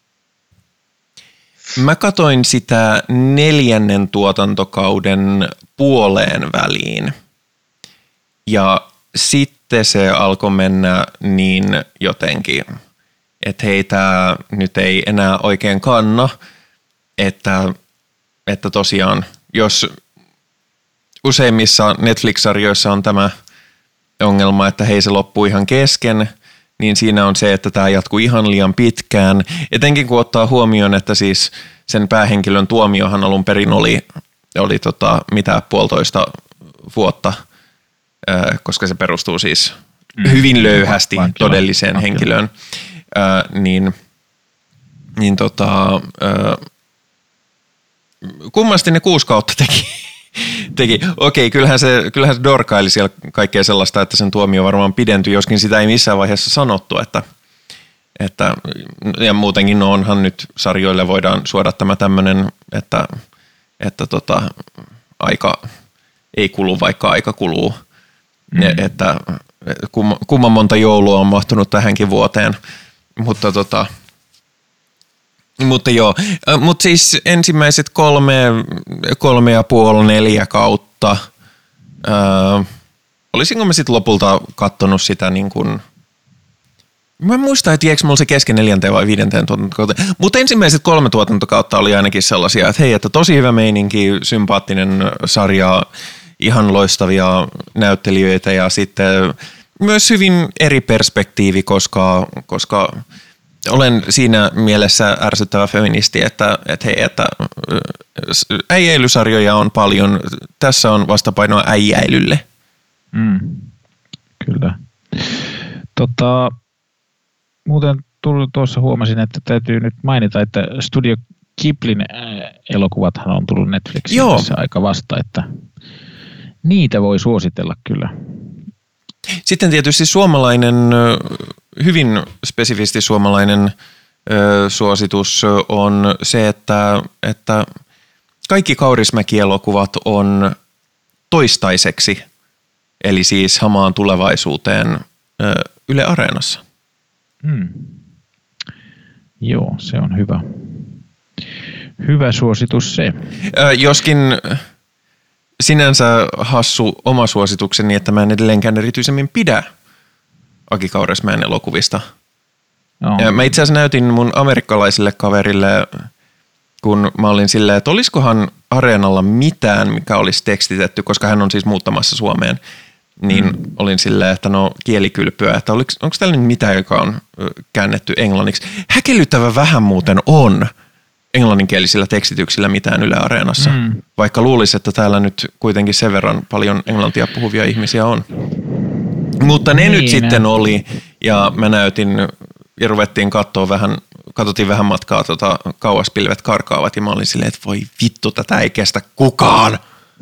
mä katsoin sitä neljännen tuotantokauden puoleen väliin. Ja sitten se alkoi mennä niin jotenkin, että hei, tää nyt ei enää oikein kanna, että, että tosiaan, jos useimmissa Netflix-sarjoissa on tämä ongelma, että hei, se loppuu ihan kesken, niin siinä on se, että tämä jatkuu ihan liian pitkään. Etenkin kun ottaa huomioon, että siis sen päähenkilön tuomiohan alun perin oli, oli tota, mitä puolitoista vuotta, koska se perustuu siis hyvin löyhästi todelliseen Vankila. henkilöön. Äh, niin, niin tota, äh, kummasti ne kuusi kautta teki. teki. Okei, kyllähän se, kyllähän se dorkaili siellä kaikkea sellaista, että sen tuomio varmaan pidentyi, joskin sitä ei missään vaiheessa sanottu, että, että ja muutenkin onhan nyt sarjoille voidaan suoda tämä tämmöinen, että, että tota, aika ei kulu, vaikka aika kuluu, mm. ja, että kumman, kumman monta joulua on mahtunut tähänkin vuoteen. Mutta tota, mutta joo, mutta siis ensimmäiset kolme, kolme ja puoli, neljä kautta, öö, olisinko mä sitten lopulta kattonut sitä niin kuin, mä en muista, että jääkö mulla se kesken neljänteen vai viidenteen tuotantokautta, mutta ensimmäiset kolme tuotantokautta oli ainakin sellaisia, että hei, että tosi hyvä meininki, sympaattinen sarja, ihan loistavia näyttelijöitä ja sitten myös hyvin eri perspektiivi, koska, koska olen siinä mielessä ärsyttävä feministi, että, että hei, että äijäilysarjoja on paljon. Tässä on vastapainoa äijäilylle. Mm, kyllä. Tota, muuten tuossa huomasin, että täytyy nyt mainita, että Studio Ghiblin elokuvathan on tullut Netflixiin Joo. tässä aika vasta, että niitä voi suositella kyllä. Sitten tietysti suomalainen, hyvin spesifisti suomalainen ö, suositus on se, että, että kaikki Kaurismäki-elokuvat on toistaiseksi, eli siis hamaan tulevaisuuteen ö, Yle Areenassa. Hmm. Joo, se on hyvä. Hyvä suositus se. Ö, joskin sinänsä hassu oma suositukseni, että mä en edelleenkään erityisemmin pidä Aki Kaurismäen elokuvista. No. Ja mä itse asiassa näytin mun amerikkalaisille kaverille, kun mä olin silleen, että olisikohan Areenalla mitään, mikä olisi tekstitetty, koska hän on siis muuttamassa Suomeen, niin mm. olin silleen, että no kielikylpyä, että oliko, onko täällä nyt mitään, joka on käännetty englanniksi. Häkellyttävä vähän muuten on englanninkielisillä tekstityksillä mitään Yle Areenassa, mm. vaikka luulisi, että täällä nyt kuitenkin sen verran paljon englantia puhuvia ihmisiä on. Mutta ne niin, nyt ne. sitten oli, ja mä näytin, ja ruvettiin katsoa vähän, katsottiin vähän matkaa tota, kauas pilvet karkaavat, ja mä olin silleen, että voi vittu, tätä ei kestä kukaan.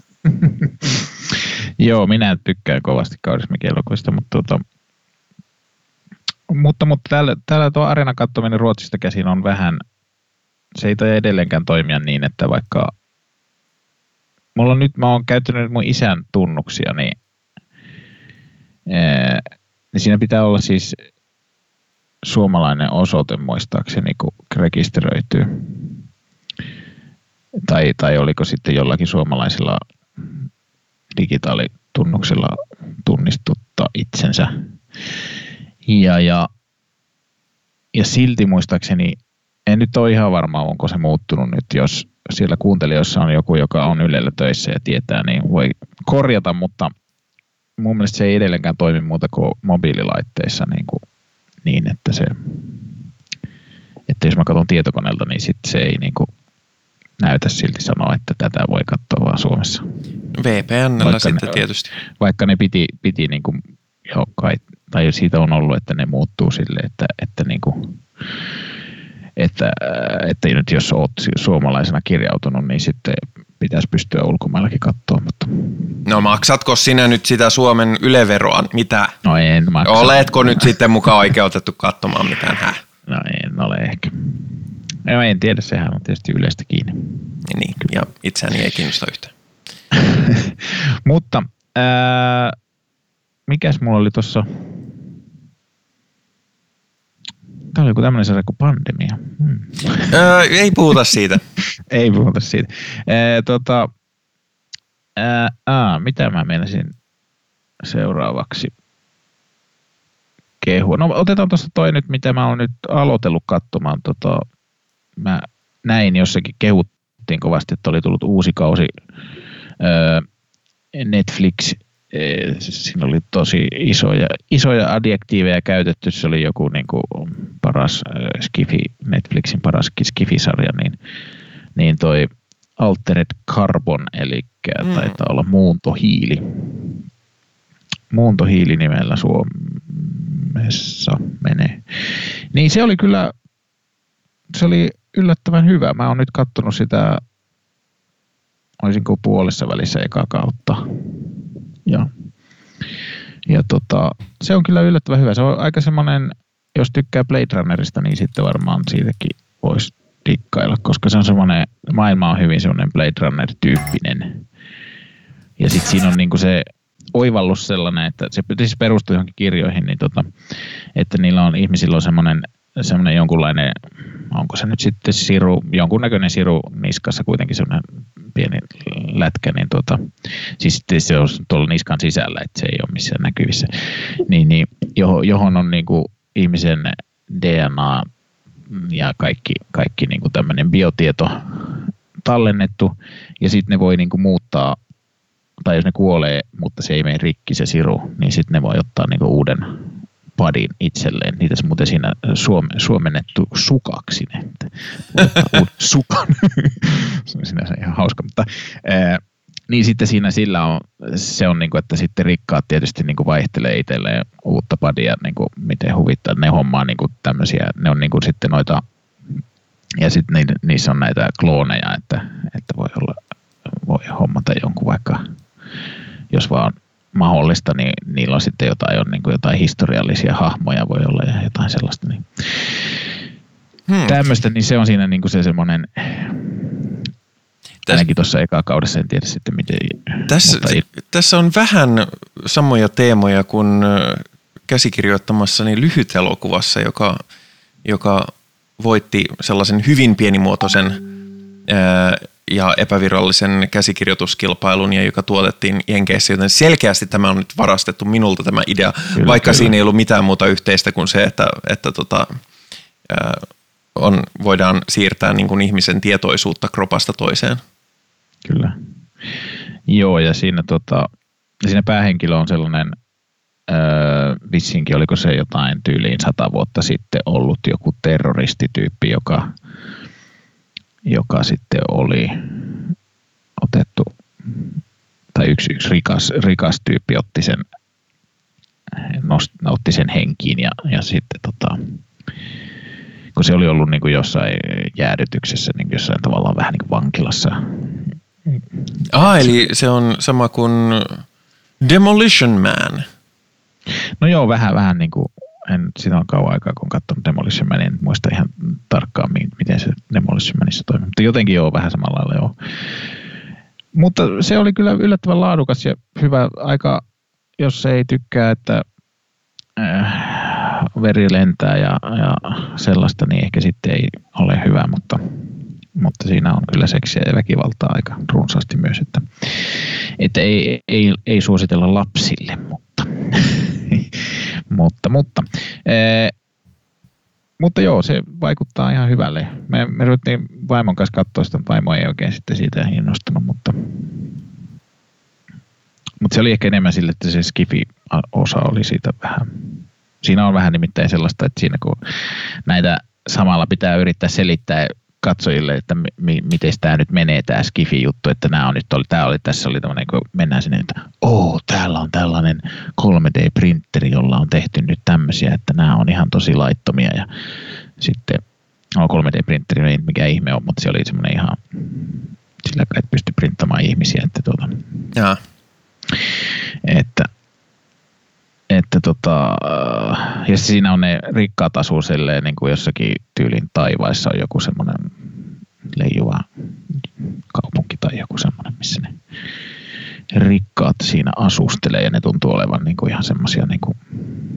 Joo, minä tykkään kovasti Kaurismäki elokuvista, mutta, tota, mutta, mutta täällä, täällä tuo Areenan katsominen Ruotsista käsin on vähän, se ei toi edelleenkään toimia niin, että vaikka mulla on nyt, mä oon käyttänyt mun isän tunnuksia, niin, ee, niin siinä pitää olla siis suomalainen osoite muistaakseni, kun rekisteröityy. tai, tai oliko sitten jollakin suomalaisilla digitaalitunnuksilla tunnistuttaa itsensä. Ja, ja, ja silti muistaakseni, en nyt ole ihan varma, onko se muuttunut nyt, jos siellä kuuntelijoissa on joku, joka on Ylellä töissä ja tietää, niin voi korjata, mutta mun mielestä se ei edelleenkään toimi muuta kuin mobiililaitteissa niin, kuin, niin että se, että jos mä katson tietokoneelta, niin sit se ei niin kuin näytä silti sanoa, että tätä voi katsoa vaan Suomessa. V P N:llä sitten ne, tietysti. Vaikka ne piti, piti niin kuin, jo kai, tai siitä on ollut, että ne muuttuu sille, että, että, niin kuin, että, että nyt jos olet suomalaisena kirjautunut, niin sitten pitäisi pystyä ulkomaillakin katsoa. Mutta... No maksatko sinä nyt sitä Suomen Yle-veroa? Mitä? No en maksa. Oletko nyt sitten mukaan oikeutettu katsomaan mitään? Häh? No en ole ehkä. No, en tiedä, sehän on tietysti Ylestä kiinni. Niin, ja itseäni ei kiinnosta yhtään. Mutta ää, mikäs mulla oli tuossa? Tämä oli joku tämmöinen sarja kuin Pandemia. Hmm. Öö, ei puhuta siitä. ei puhuta siitä. Ää, tota, ää, aa, mitä mä menisin seuraavaksi kehua? No otetaan tuosta toi nyt, mitä mä oon nyt aloitellut katsomaan. Tota, mä näin jossakin, kehuttiin kovasti, että oli tullut uusi kausi ää, Netflix. Siinä oli tosi isoja, isoja adjektiiveja käytetty. Se oli joku niin kuin paras skifi, Netflixin paras skifisarja, niin, niin toi Altered Carbon, eli mm. taitaa olla muuntohiili. Muuntohiili nimellä Suomessa menee. Niin se oli kyllä, se oli yllättävän hyvä. Mä oon nyt kattonut sitä, olisinko puolessa välissä ekaa kautta. Ja, ja tota, se on kyllä yllättävän hyvä. Se on aika semmoinen, jos tykkää Blade Runnerista, niin sitten varmaan siitäkin voisi dikkailla, koska se on semmoinen, maailma on hyvin semmoinen Blade Runner-tyyppinen. Ja sitten siinä on niinku se oivallus sellainen, että se siis perustuu johonkin kirjoihin, niin tota, että niillä on, ihmisillä on semmoinen, semmoinen jonkunlainen, onko se nyt sitten siru, jonkunnäköinen siru niskassa kuitenkin semmoinen pieni lätkä, niin tota, siis se on tuolla niskan sisällä, että se ei ole missään näkyvissä, niin, niin johon, johon on niinku ihmisen D N A ja kaikki, kaikki niinku tämmöinen biotieto tallennettu, ja sitten ne voi niinku muuttaa, tai jos ne kuolee, mutta se ei mene rikki se siru, niin sitten ne voi ottaa niinku uuden padin itselleen. Niitä se muuten siinä suom, suomennettu sukaksi. Ne. Sukan. Se on sinänsä ihan hauska. Mutta, ää, niin sitten siinä sillä on, se on niinku, että sitten rikkaat tietysti niinku vaihtelee itselleen uutta padia, niinku, miten huvittaa. Ne hommaa niinku tämmöisiä, ne on niinku sitten noita, ja sitten niissä on näitä klooneja, että, että voi olla, voi hommata jonkun vaikka, jos vaan mahdollista, niin niillä on sitten jotain, on niin kuin jotain historiallisia hahmoja voi olla ja jotain sellaista. Niin. Hmm. Tämmöistä, niin se on siinä niin kuin se semmoinen, ainakin tuossa ekaa kaudessa, en tiedä sitten miten. Tässä, ei. tässä on vähän samoja teemoja kuin käsikirjoittamassani lyhytelokuvassa, joka, joka voitti sellaisen hyvin pienimuotoisen ää, ja epävirallisen käsikirjoituskilpailun, ja joka tuotettiin Jenkeissä, joten selkeästi tämä on nyt varastettu minulta tämä idea, kyllä, vaikka kyllä. Siinä ei ollut mitään muuta yhteistä kuin se, että, että tota, ää, on, voidaan siirtää niin kuin ihmisen tietoisuutta kropasta toiseen. Kyllä. Joo, ja siinä, tota, siinä päähenkilö on sellainen, öö, vissinkin oliko se jotain tyyliin sata vuotta sitten ollut joku terroristityyppi, joka joka sitten oli otettu, tai yksi, yksi rikas, rikas tyyppi otti sen, nost, otti sen henkiin ja, ja sitten tota, kun se oli ollut niin kuin jossain jäädytyksessä, niin kuin jossain tavallaan vähän niin kuin vankilassa. Ah, eli se on sama kuin Demolition Man. No joo, vähän, vähän niin kuin, en, sitä on kauan aikaa, kun katsonut Demolition Manin, en muista ihan tarkkaan, miten se Demolition Manissa toimii. Mutta jotenkin joo, vähän samalla lailla joo. Mutta se oli kyllä yllättävän laadukas ja hyvä aika, jos ei tykkää, että äh, veri lentää ja, ja sellaista, niin ehkä sitten ei ole hyvä, mutta, mutta mutta siinä on kyllä seksiä ja väkivaltaa aika runsaasti myös, että, että ei, ei, ei suositella lapsille, mutta, mutta, mutta, ee, mutta joo, se vaikuttaa ihan hyvälle. Me, me ruvettiin vaimon kanssa katsoa sitä, mutta vaimo ei oikein sitten siitä innostunut, mutta, mutta se oli ehkä enemmän sille, että se skifi-osa oli siitä vähän. Siinä on vähän nimittäin sellaista, että siinä kun näitä samalla pitää yrittää selittää katsojille, että mi- miten tämä nyt menee, tämä skifi-juttu, että nämä on nyt oli, tämä oli, tässä oli tämmöinen, kun mennään sinne, että oo, täällä on tällainen kolme D-printeri, jolla on tehty nyt tämmöisiä, että nämä on ihan tosi laittomia ja sitten, no kolme D-printeri ei mikään ihme ole, mutta se oli semmoinen ihan, sillä että pystyi printtamaan ihmisiä, että tuota, Jaa. että Että tota, ja siinä on ne rikkaat asuu silleen, niin kuin jossakin tyylin taivaissa on joku semmoinen leijuva kaupunki tai joku semmoinen, missä ne rikkaat siinä asustelee ja ne tuntuu olevan niin kuin ihan semmoisia niin kuin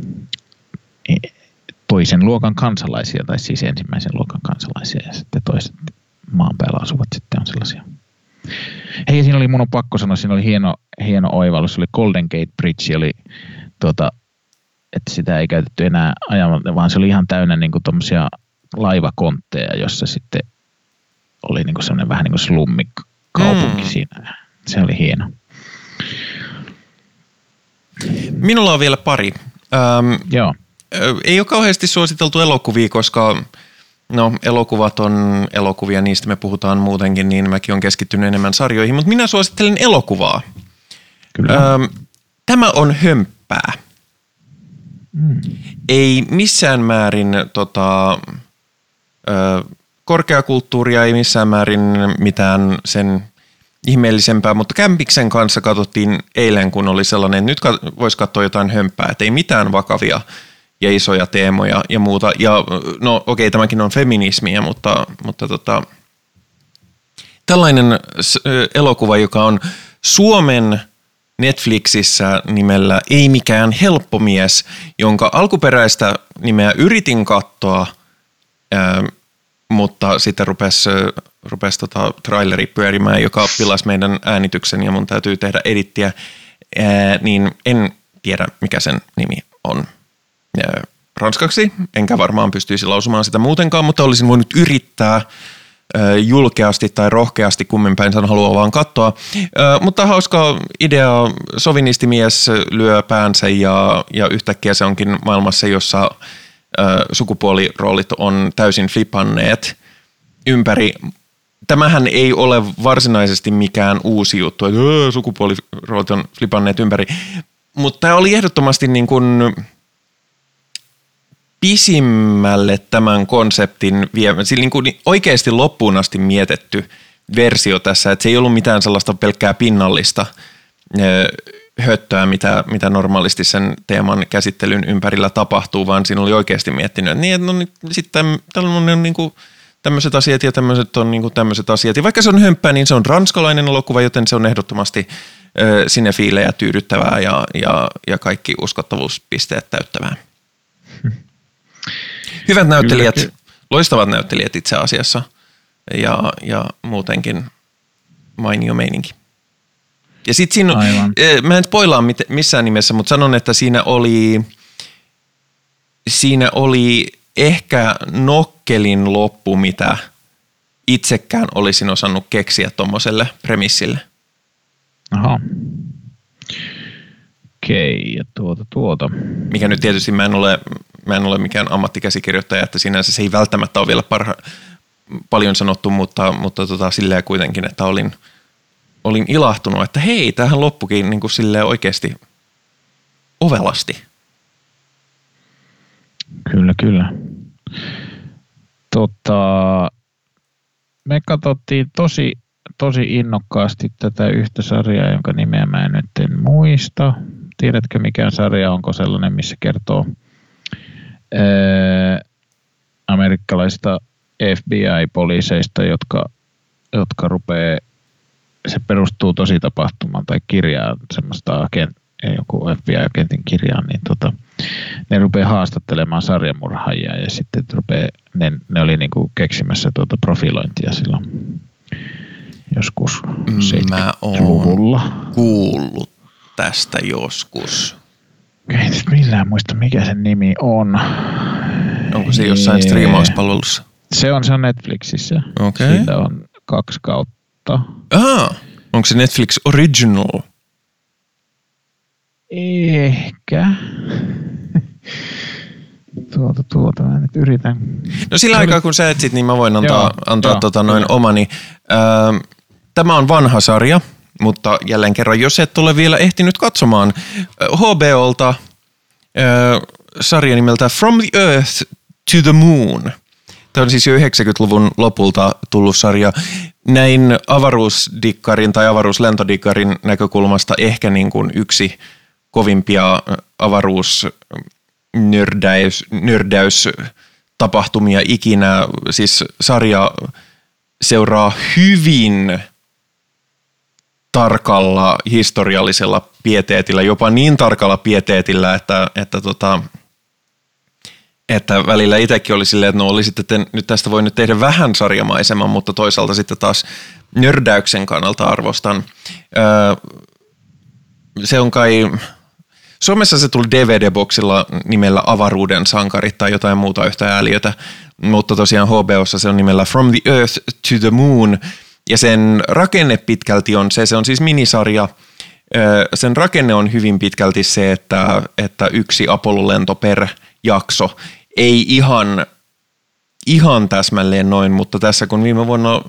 toisen luokan kansalaisia tai siis ensimmäisen luokan kansalaisia ja sitten toiset maan päällä asuvat sitten on sellaisia. Hei, siinä oli, mun on pakko sanoa, siinä oli hieno, hieno oivallus, se oli Golden Gate Bridge, oli tuota, että sitä ei käytetty enää ajamatta, vaan se oli ihan täynnä niin kuin tommosia laivakontteja, jossa sitten oli niin kuin semmoinen vähän niin kuin slummikaupunki mm. siinä. Se oli hieno. Minulla on vielä pari. Ähm, Joo. Ei ole kauheasti suositeltu elokuvia, koska no, elokuvat on elokuvia, niistä me puhutaan muutenkin, niin mäkin olen keskittynyt enemmän sarjoihin, mutta minä suosittelen elokuvaa. Kyllä. Ähm, tämä on hömppää. Mm. Ei missään määrin tota, ö, korkeakulttuuria, ei missään määrin mitään sen ihmeellisempää, mutta Kämpiksen kanssa katsottiin eilen, kun oli sellainen, nyt kat- voisi katsoa jotain hömppää, että ei mitään vakavia ja isoja teemoja ja muuta. Ja no okei, okay, tämäkin on feminismiä, mutta, mutta tota, tällainen elokuva, joka on Suomen Netflixissä nimellä Ei mikään helppo mies, jonka alkuperäistä nimeä yritin katsoa, ää, mutta sitten rupesi, rupesi tota traileri pyörimään, joka pilasi meidän äänityksen ja mun täytyy tehdä edittiä, ää, niin en tiedä mikä sen nimi on ää, ranskaksi, enkä varmaan pystyisi lausumaan sitä muutenkaan, mutta olisin voinut yrittää julkeasti tai rohkeasti, kummin päin sen haluaa vaan katsoa. Mutta hauska idea, sovinistimies lyö päänsä ja, ja yhtäkkiä se onkin maailmassa, jossa sukupuoliroolit on täysin flipanneet ympäri. Tämähän ei ole varsinaisesti mikään uusi juttu, että sukupuoliroolit on flipanneet ympäri, mutta tämä oli ehdottomasti niin kuin pisimmälle tämän konseptin viemään, sillä niin kuin oikeasti loppuun asti mietitty versio tässä, että se ei ollut mitään sellaista pelkkää pinnallista höttöä, mitä, mitä normaalisti sen teeman käsittelyn ympärillä tapahtuu, vaan siinä oli oikeasti miettinyt, että, niin, että no, niin, sitten tällainen on niin kuin tämmöiset asiat ja tämmöiset on niin kuin tämmöiset asiat. Ja vaikka se on hömppää, niin se on ranskalainen elokuva, joten se on ehdottomasti ö, sinefiilejä tyydyttävää ja, ja, ja kaikki uskottavuuspisteet täyttävää. Hyvät näyttelijät, kyllä, loistavat näyttelijät itse asiassa ja, ja muutenkin mainio meininki. Ja sitten siinä, Aivan. mä en spoilaa missään nimessä, mutta sanon, että siinä oli, siinä oli ehkä nokkelin loppu, mitä itsekään olisin osannut keksiä tuommoiselle premissille. Aha. Okei, ja tuota, tuota. Mikä nyt tietysti mä en ole, mä en ole mikään ammattikäsikirjoittaja, että sinänsä se ei välttämättä ole vielä parha, paljon sanottu, mutta, mutta tota, silleen kuitenkin, että olin, olin ilahtunut, että hei, tämähän loppukin niin kuin silleen oikeasti ovelasti. Kyllä, kyllä. Tota, me katsottiin tosi, tosi innokkaasti tätä yhtä sarjaa, jonka nimeä mä en nyt en muista. Tiedätkö mikä sarja, onko sellainen, missä kertoo ää, amerikkalaisista F B I-poliiseista, jotka, jotka rupeaa, se perustuu tosi tapahtumaan tai kirjaan, semmoista agent, joku F B I-agentin kirjaan, niin tota, ne rupeaa haastattelemaan sarjamurhaajia ja sitten rupeaa, ne, ne oli niinku keksimässä tuota profilointia silloin joskus Mä seitsemänkymmentäluvulla. oon kuullut tästä joskus. En nyt millään muista, mikä sen nimi on. Onko se jossain striimauspalvelussa? Se on, se on Netflixissä. Okei. Siitä on kaksi kautta. Ah, onko se Netflix Original? Ehkä. tuota, tuota, mä nyt yritän. No sillä aikaa kun sä etsit, niin mä voin antaa, Joo, antaa joo, tota noin kyllä. omani. Öö, tämä on vanha sarja, mutta jälleen kerran, jos et ole vielä ehtinyt katsomaan H B O:lta öö, sarja nimeltä From the Earth to the Moon. Tämä on siis jo yhdeksänkymmentäluvun lopulta tullut sarja. Näin avaruusdikkarin tai avaruuslentodikkarin näkökulmasta ehkä niin kuin yksi kovimpia avaruusnördäys, nördäystapahtumia ikinä. Siis sarja seuraa hyvin tarkalla historiallisella pieteetillä, jopa niin tarkalla pieteetillä, että, että, tota, että välillä itsekin oli silleen, että no oli sitten, nyt tästä voi nyt tehdä vähän sarjamaiseman, mutta toisaalta sitten taas nördäyksen kannalta arvostan. Öö, se on kai, Suomessa se tuli D V D-boksilla nimellä Avaruuden sankarit tai jotain muuta yhtä ääliötä, mutta tosiaan H B O:ssa se on nimellä From the Earth to the Moon, ja sen rakenne pitkälti on se, se on siis minisarja. Sen rakenne on hyvin pitkälti se, että, että yksi Apollo-lento per jakso. Ei ihan, ihan täsmälleen noin, mutta tässä kun viime vuonna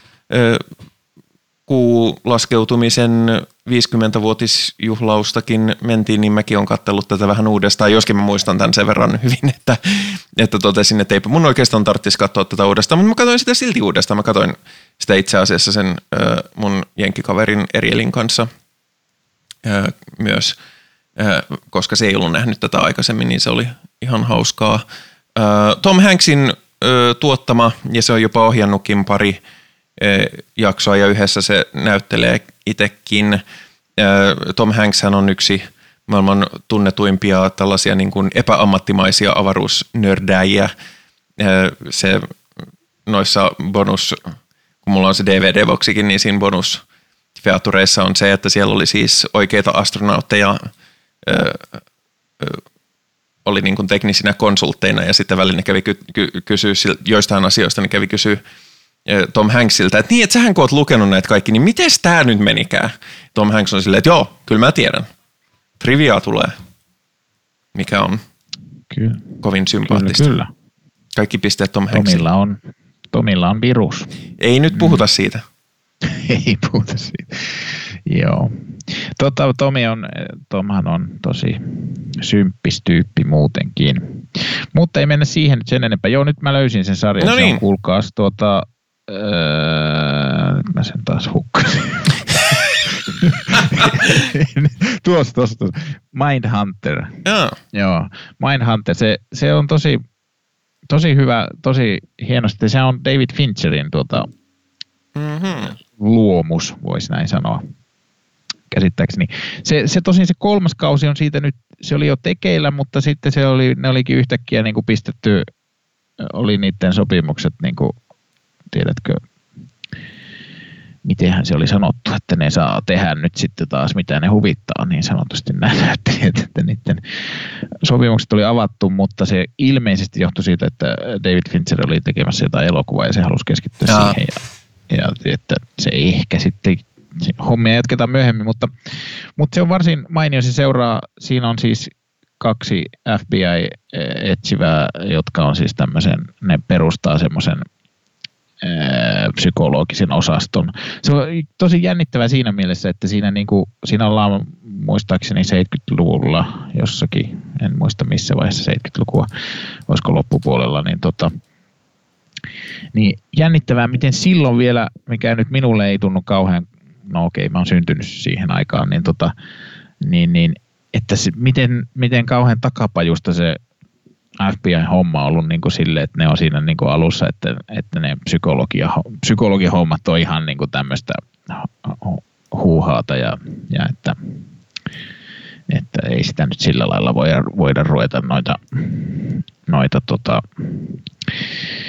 kuulaskeutumisen viisikymmentävuotisjuhlaustakin mentiin, niin mäkin olen katsellut tätä vähän uudestaan, joskin mä muistan tämän sen verran hyvin, että, että totesin, että eipä mun oikeastaan tarvitsisi katsoa tätä uudestaan, mutta mä katsoin sitä silti uudestaan. Mä katsoin sitä itse asiassa sen mun jenkkikaverin Erielin kanssa myös, koska se ei ollut nähnyt tätä aikaisemmin, niin se oli ihan hauskaa. Tom Hanksin tuottama, ja se on jopa ohjannutkin pari jaksoa, ja yhdessä se näyttelee itsekin. Tom Hanks hän on yksi maailman tunnetuimpia tällaisia niin kuin epäammattimaisia avaruusnördäjiä. Se noissa bonus, kun mulla on se D V D-boksikin, niin siinä bonusfeatureissa on se, että siellä oli siis oikeita astronautteja, oli niin kuin teknisinä konsultteina, ja sitten välillä ne kävi ky- ky- kysyä joistain asioista, ne kävi kysyä Tom Hanksilta, että niin, että sähän kun oot lukenut näitä kaikki, niin mites tää nyt menikään? Tom Hanks on silleen, että joo, kyllä mä tiedän. Triviaa tulee, mikä on Kyllä. kovin sympaattista. Kyllä, kyllä. Kaikki pisteet Tom Hanksille. Tomilla on, Tomilla on virus. Ei nyt puhuta mm. siitä. Ei puhuta siitä. Joo. Tota, Tomi on, Tomhan on tosi symppis tyyppi muutenkin. Mutta ei mennä siihen nyt sen enempää. Joo, nyt mä löysin sen sarjan. No niin. Se on, kuulkaas, tuota, öö, nyt mä sen taas hukkasin. tuossa, tuossa, tuossa. Mindhunter. Joo. Joo, Mindhunter. Se, se on tosi, tosi hyvä, tosi hienosti. Se on David Fincherin tuota, mm-hmm. luomus, voisi näin sanoa. Käsittääkseni. Se, se tosin se kolmas kausi on siitä nyt, se oli jo tekeillä, mutta sitten se oli, ne olikin yhtäkkiä niin kuin pistetty, oli niiden sopimukset, niin kuin, tiedätkö, mitenhän se oli sanottu, että ne saa tehdä nyt sitten taas mitä ne huvittaa, niin sanotusti näin näyttelijät, että niiden sopimukset oli avattu, mutta se ilmeisesti johtui siitä, että David Fincher oli tekemässä jotain elokuvaa ja se halusi keskittyä Jaa. siihen ja, ja että se ehkä sitten hommia jatketaan myöhemmin, mutta, mutta se on varsin mainio. Se seuraa, siinä on siis kaksi F B I-etsivää, jotka on siis tämmöisen, ne perustaa semmoisen ää, psykologisen osaston. Se on tosi jännittävää siinä mielessä, että siinä, niinku, siinä ollaan muistaakseni seitsemänkymmentäluvulla jossakin, en muista missä vaiheessa seitsemänkymmentälukua, olisiko loppupuolella, niin tota, niin jännittävää, miten silloin vielä, mikä nyt minulle ei tunnu kauhean, no okei, mä oon syntynyt siihen aikaan, niin, tota, niin, niin että se, miten, miten kauhean takapajusta se F B I-homma on ollut niin kuin sille, että ne on siinä niin kuin alussa, että, että ne psykologia, psykologihommat on ihan niin kuin tämmöistä huuhaata ja, ja että, että ei sitä nyt sillä lailla voida, voida ruveta noita, noita tota,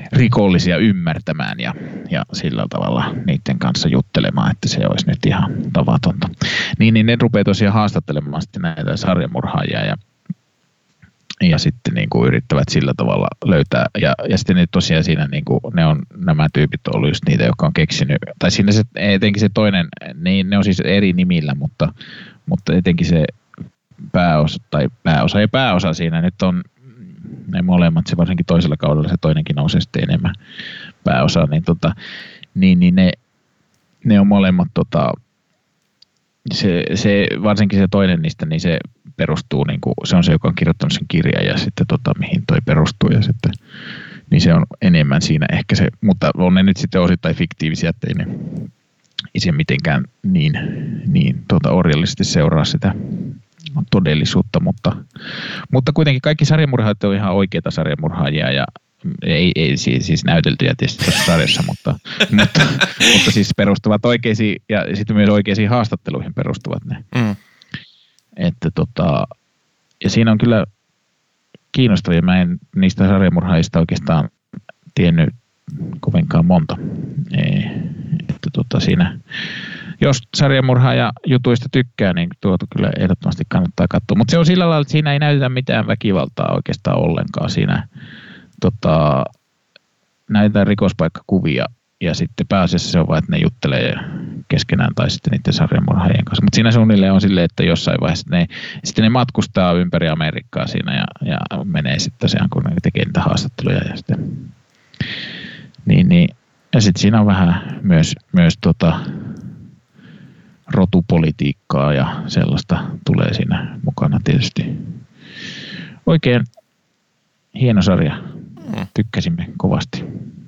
rikollisia ymmärtämään ja, ja sillä tavalla niiden kanssa juttelemaan, että se olisi nyt ihan tavatonta. Niin, niin ne rupeaa tosiaan haastattelemaan sitten näitä sarjamurhaajia ja, ja sitten niin kuin yrittävät sillä tavalla löytää. Ja, ja sitten ne tosiaan siinä, niin kuin, ne on, nämä tyypit on ollut just niitä, jotka on keksinyt, tai siinä se, etenkin se toinen, niin ne on siis eri nimillä, mutta, mutta etenkin se pääosa, tai pääosa ja pääosa siinä nyt on ne molemmat, se varsinkin toisella kaudella se toinenkin nousee sitten enemmän pääosaa, niin, tota, niin, niin ne, ne on molemmat, tota, se, se, varsinkin se toinen niistä, niin se perustuu, niin kuin, se on se, joka on kirjoittanut sen kirjan ja sitten tota, mihin toi perustuu ja sitten, niin se on enemmän siinä ehkä se, mutta on ne nyt sitten osittain fiktiivisiä, ettei ne itse mitenkään niin, niin tota, orjallisesti seuraa sitä todellisuutta, mutta, mutta kuitenkin kaikki sarjamurhaajat on ihan oikeita sarjamurhaajia ja ei, ei siis, siis näyteltyjä tietysti tässä sarjassa, mutta, mutta, mutta siis perustuvat oikeisiin ja sitten myös oikeisiin haastatteluihin perustuvat ne. Mm. Että tota, ja siinä on kyllä kiinnostavia, mä en niistä sarjamurhaajista oikeastaan tiennyt kovinkaan monta. Ei, että tota siinä jos sarjamurhaaja jutuista tykkää, niin tuota kyllä ehdottomasti kannattaa katsoa. Mutta se on sillä lailla, että siinä ei näytetä mitään väkivaltaa oikeastaan ollenkaan. Siinä tota, näytetään rikospaikkakuvia ja sitten pääasiassa se on vain, että ne juttelee keskenään tai sitten niiden sarjamurhaajien kanssa. Mutta siinä suunnilleen on silleen, että jossain vaiheessa ne, sitten ne matkustaa ympäri Amerikkaa siinä ja, ja menee sitten tosiaan, kun ne tekee niitä haastatteluja. Ja sitten, niin, niin, ja sitten siinä on vähän myös, myös tota, rotupolitiikkaa ja sellaista tulee siinä mukana tietysti. Oikein hieno sarja. Tykkäsimme kovasti.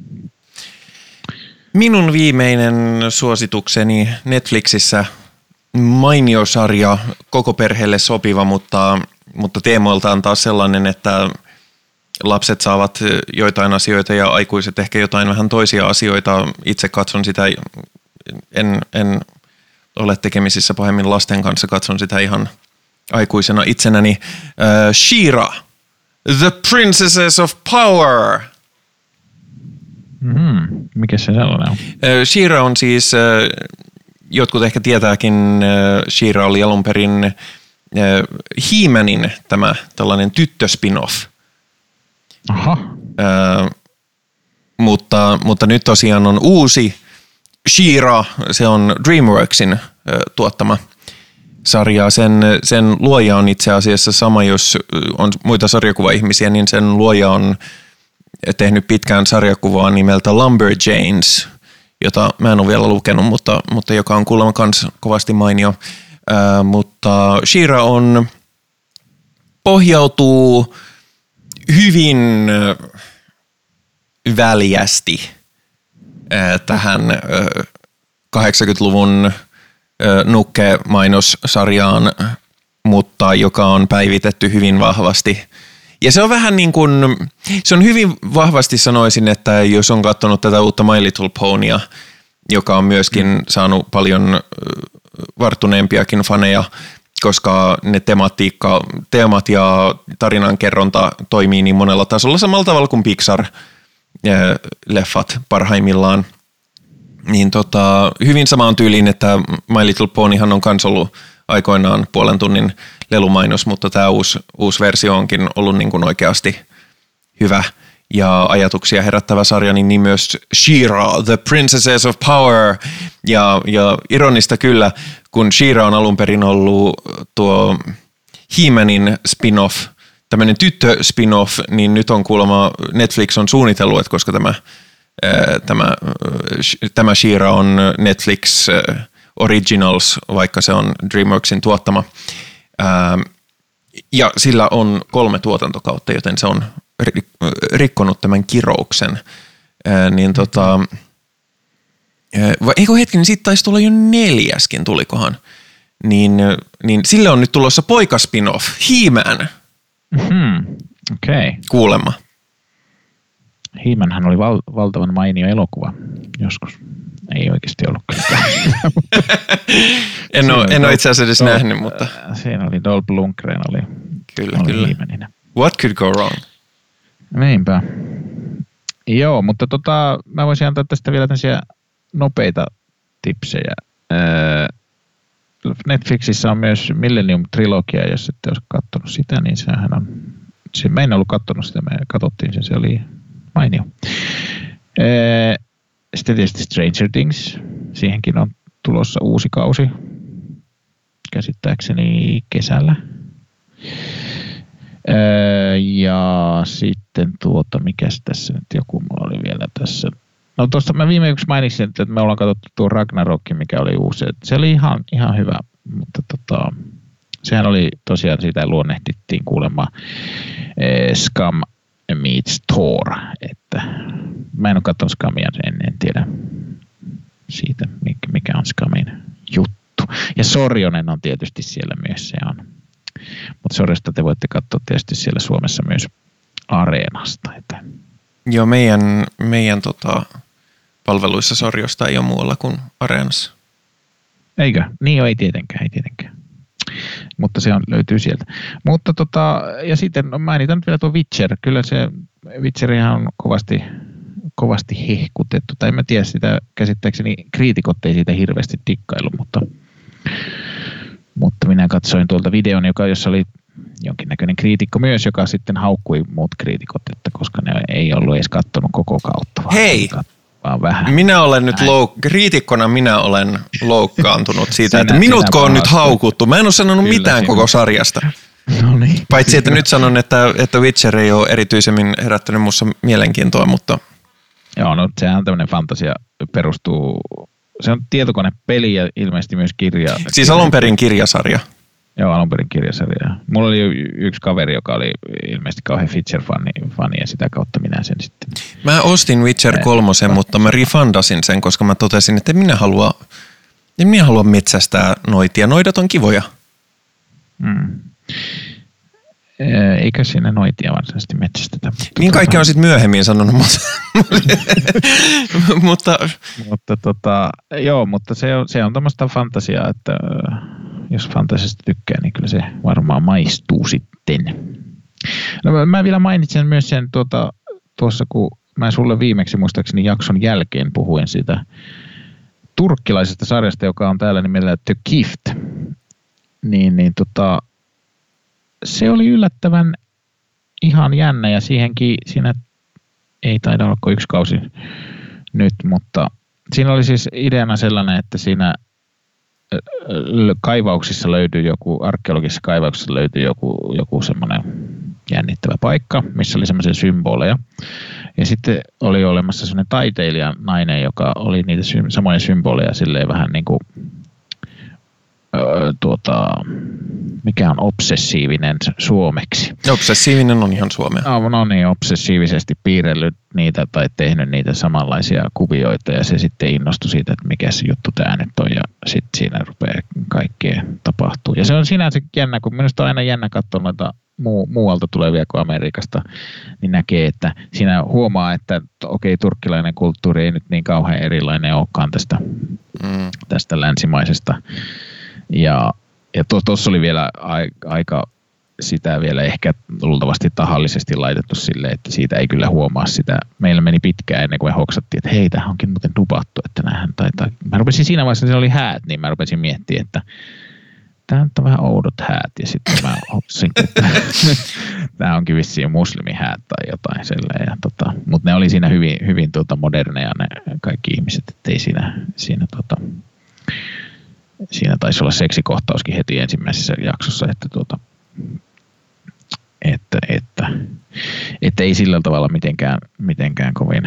Minun viimeinen suositukseni Netflixissä mainio sarja, koko perheelle sopiva, mutta, mutta teemoiltaan taas sellainen, että lapset saavat joitain asioita ja aikuiset ehkä jotain vähän toisia asioita. Itse katson sitä, en, en ole tekemisissä pahemmin lasten kanssa, katson sitä ihan aikuisena itsenäni. Uh, She-Ra, The Princesses of Power. Mm-hmm. Mikä se sellainen on? Uh, She-Ra on siis, uh, jotkut ehkä tietääkin, uh, She-Ra oli alun perin uh, He-Manin tämä tällainen tyttöspin-off. Aha. Uh, mutta, mutta nyt tosiaan on uusi She-Ra, se on DreamWorksin uh, tuottama sarja. Sen, sen luoja on itse asiassa sama, jos on muita sarjakuva-ihmisiä, niin sen luoja on tehnyt pitkään sarjakuvaa nimeltä Lumberjanes, jota mä en ole vielä lukenut, mutta, mutta joka on kuulemma kans kovasti mainio. Uh, mutta She-Ra on, pohjautuu hyvin väljästi tähän kahdeksankymmentäluvun nukke-mainossarjaan, mutta joka on päivitetty hyvin vahvasti. Ja se on vähän niin kuin, se on hyvin vahvasti sanoisin, että jos on katsonut tätä uutta My Little Ponyaa, joka on myöskin saanut paljon varttuneempiakin faneja, koska ne tematiikka, teemat ja tarinankerronta toimii niin monella tasolla samalla tavalla kuin Pixar-leffat parhaimmillaan. Niin tota, hyvin samaan tyyliin, että My Little Ponyhan on kans ollut aikoinaan puolen tunnin lelumainos, mutta tämä uusi, uusi versio onkin ollut niin kuin oikeasti hyvä ja ajatuksia herättävä sarja, niin, niin myös She-Ra, The Princesses of Power. Ja, ja ironista kyllä, kun She-Ra on alun perin ollut tuo He-Manin spin-off, tämmöinen tyttö-spin-off, niin nyt on kuulemma Netflix on suunnitellut, että koska tämä, ää, tämä, tämä She-Ra on Netflix ää, Originals, vaikka se on DreamWorksin tuottama. Ää, ja sillä on kolme tuotantokautta, joten se on rikkonut tämän kirouksen. Ää, niin tota, ää, eikö hetki, niin siitä taisi tulla jo neljäskin, tulikohan. Niin, niin sille on nyt tulossa poikaspin-off, He-Man. Mm-hmm. Okei. Okay. Kuulemma. He-Manhän oli val- valtavan mainio elokuva joskus. Ei oikeasti ollut kyllä. en ole, en ole itse asiassa edes Dol- nähnyt, mutta... Siinä oli Dolph Lundgren, oli, kyllä, oli kyllä. He-Manina. What could go wrong? Niinpä. Joo, mutta tota, mä voisin antaa tästä vielä tämmöisiä nopeita tipsejä. Öö, Netflixissä on myös Millennium Trilogia, jos ette ole katsonut sitä, niin sehän on, se, mä en ollut katsonut sitä, me katsottiin sen, se oli mainio. Öö, sitten tietysti Stranger Things, siihenkin on tulossa uusi kausi, käsittääkseni kesällä. Öö, ja sitten tuota, mikäs tässä nyt joku mulla oli vielä tässä. No tuosta mä viime yksi mainitsin, että me ollaan katsottu tuo Ragnarokki, mikä oli uusi. Se oli ihan, ihan hyvä, mutta tota, sehän oli tosiaan, siitä luonnehdittiin kuulemma eh, Scum meets Thor, että mä en ole katsonut Scumia, en, en tiedä siitä, mikä on Scumin juttu. Ja Sorjonen on tietysti siellä myös, se on. Mutta Sorjosta te voitte katsoa tietysti siellä Suomessa myös Areenasta. Että. Joo, meidän, meidän tota, palveluissa Sorjosta ei ole muualla kuin Areenassa. Eikö? Niin jo, ei tietenkään, ei tietenkään. Mutta se on, löytyy sieltä. Mutta tota, ja sitten no, mainitan nyt vielä tuo Witcher. Kyllä se Witcherihan on kovasti, kovasti hehkutettu. Tai en mä tiedä sitä käsittääkseni, kriitikot ei siitä hirveästi dikkailu, mutta, mutta minä katsoin tuolta videon, joka, jossa oli jonkinnäköinen kriitikko myös, joka sitten haukkui muut kriitikot, että koska ne ei ollut edes katsonut koko kautta. Vaan Hei! Vaan vähän. Minä olen nyt louk- kriitikkona minä olen loukkaantunut siitä, Sinä- että minutko sinä on nyt pahasti. haukuttu. Mä en ole sanonut Kyllä, mitään sinä. koko sarjasta. No niin. Paitsi, että nyt sanon, että, että Witcher ei ole erityisemmin herättänyt musta mielenkiintoa, mutta Joo, no sehän on tämmöinen fantasia, perustuu, se on tietokonepeli ja ilmeisesti myös kirja. siis alun perin kirjasarja. Joo, alun perin kirjasarja. Mulla oli y- yksi kaveri, joka oli ilmeisesti kauhean Witcher-fani fani, ja sitä kautta minä sen sitten. Mä ostin Witcher kolmosen, mutta mä refundasin sen, koska mä totesin, että en minä halua, en minä halua metsästää noitia. Noidat on kivoja. Mm. Eikä siinä noitia varsinaisesti metsästetä. Mutta Niin kaikki on sitten myöhemmin sanonut, mutta, mutta mutta tota, joo, mutta se on, se on tämmöistä fantasiaa, että jos fantasiasta tykkää, niin kyllä se varmaan maistuu sitten. No, mä vielä mainitsen myös sen tuota, tuossa, kun mä sulle viimeksi muistaakseni jakson jälkeen puhuin siitä turkkilaisesta sarjasta, joka on täällä nimellä The Gift. Niin, niin tota, se oli yllättävän ihan jännä ja siihenkin, siinä ei taida olla kuin yksi kausi nyt, mutta siinä oli siis ideana sellainen, että siinä kaivauksissa löytyy joku, arkeologisissa kaivauksissa löytyy joku, joku semmoinen jännittävä paikka, missä oli semmoisia symboleja. Ja sitten oli olemassa semmoinen taiteilija nainen, joka oli niitä sy- samoja symboleja silleen vähän niin kuin öö, tuota, mikä on obsessiivinen suomeksi. obsessiivinen on ihan suomea. No, no niin, obsessiivisesti piirrellyt niitä tai tehnyt niitä samanlaisia kuvioita ja se sitten innostui siitä, että mikä se juttu tämä nyt on ja sitten siinä rupeaa kaikkea tapahtuu. Ja se on sinänsä jännä, kun minusta on aina jännä katsoa noita muu, muualta tulevia kuin Amerikasta, niin näkee, että siinä huomaa, että okei, turkkilainen kulttuuri ei nyt niin kauhean erilainen olekaan tästä, mm. tästä länsimaisesta. Ja Ja tuossa oli vielä aika sitä vielä ehkä luultavasti tahallisesti laitettu silleen, että siitä ei kyllä huomaa sitä. Meillä meni pitkään ennen kuin me hoksattiin, että hei, tämähän onkin muuten dubattu, että näähän taitaa. Mä rupesin siinä vaiheessa, se oli häät, niin mä rupesin miettimään, että tämä on vähän oudot häät. Ja sitten mä hoksasin, että tämä onkin vissiin muslimihäät tai jotain silleen. Ja tota, mutta ne oli siinä hyvin, hyvin tuota moderneja ne kaikki ihmiset, ettei siinä, siinä tota, siinä taisi olla seksikohtauskin heti ensimmäisessä jaksossa, että, tuota, että, että, että ei sillä tavalla mitenkään, mitenkään kovin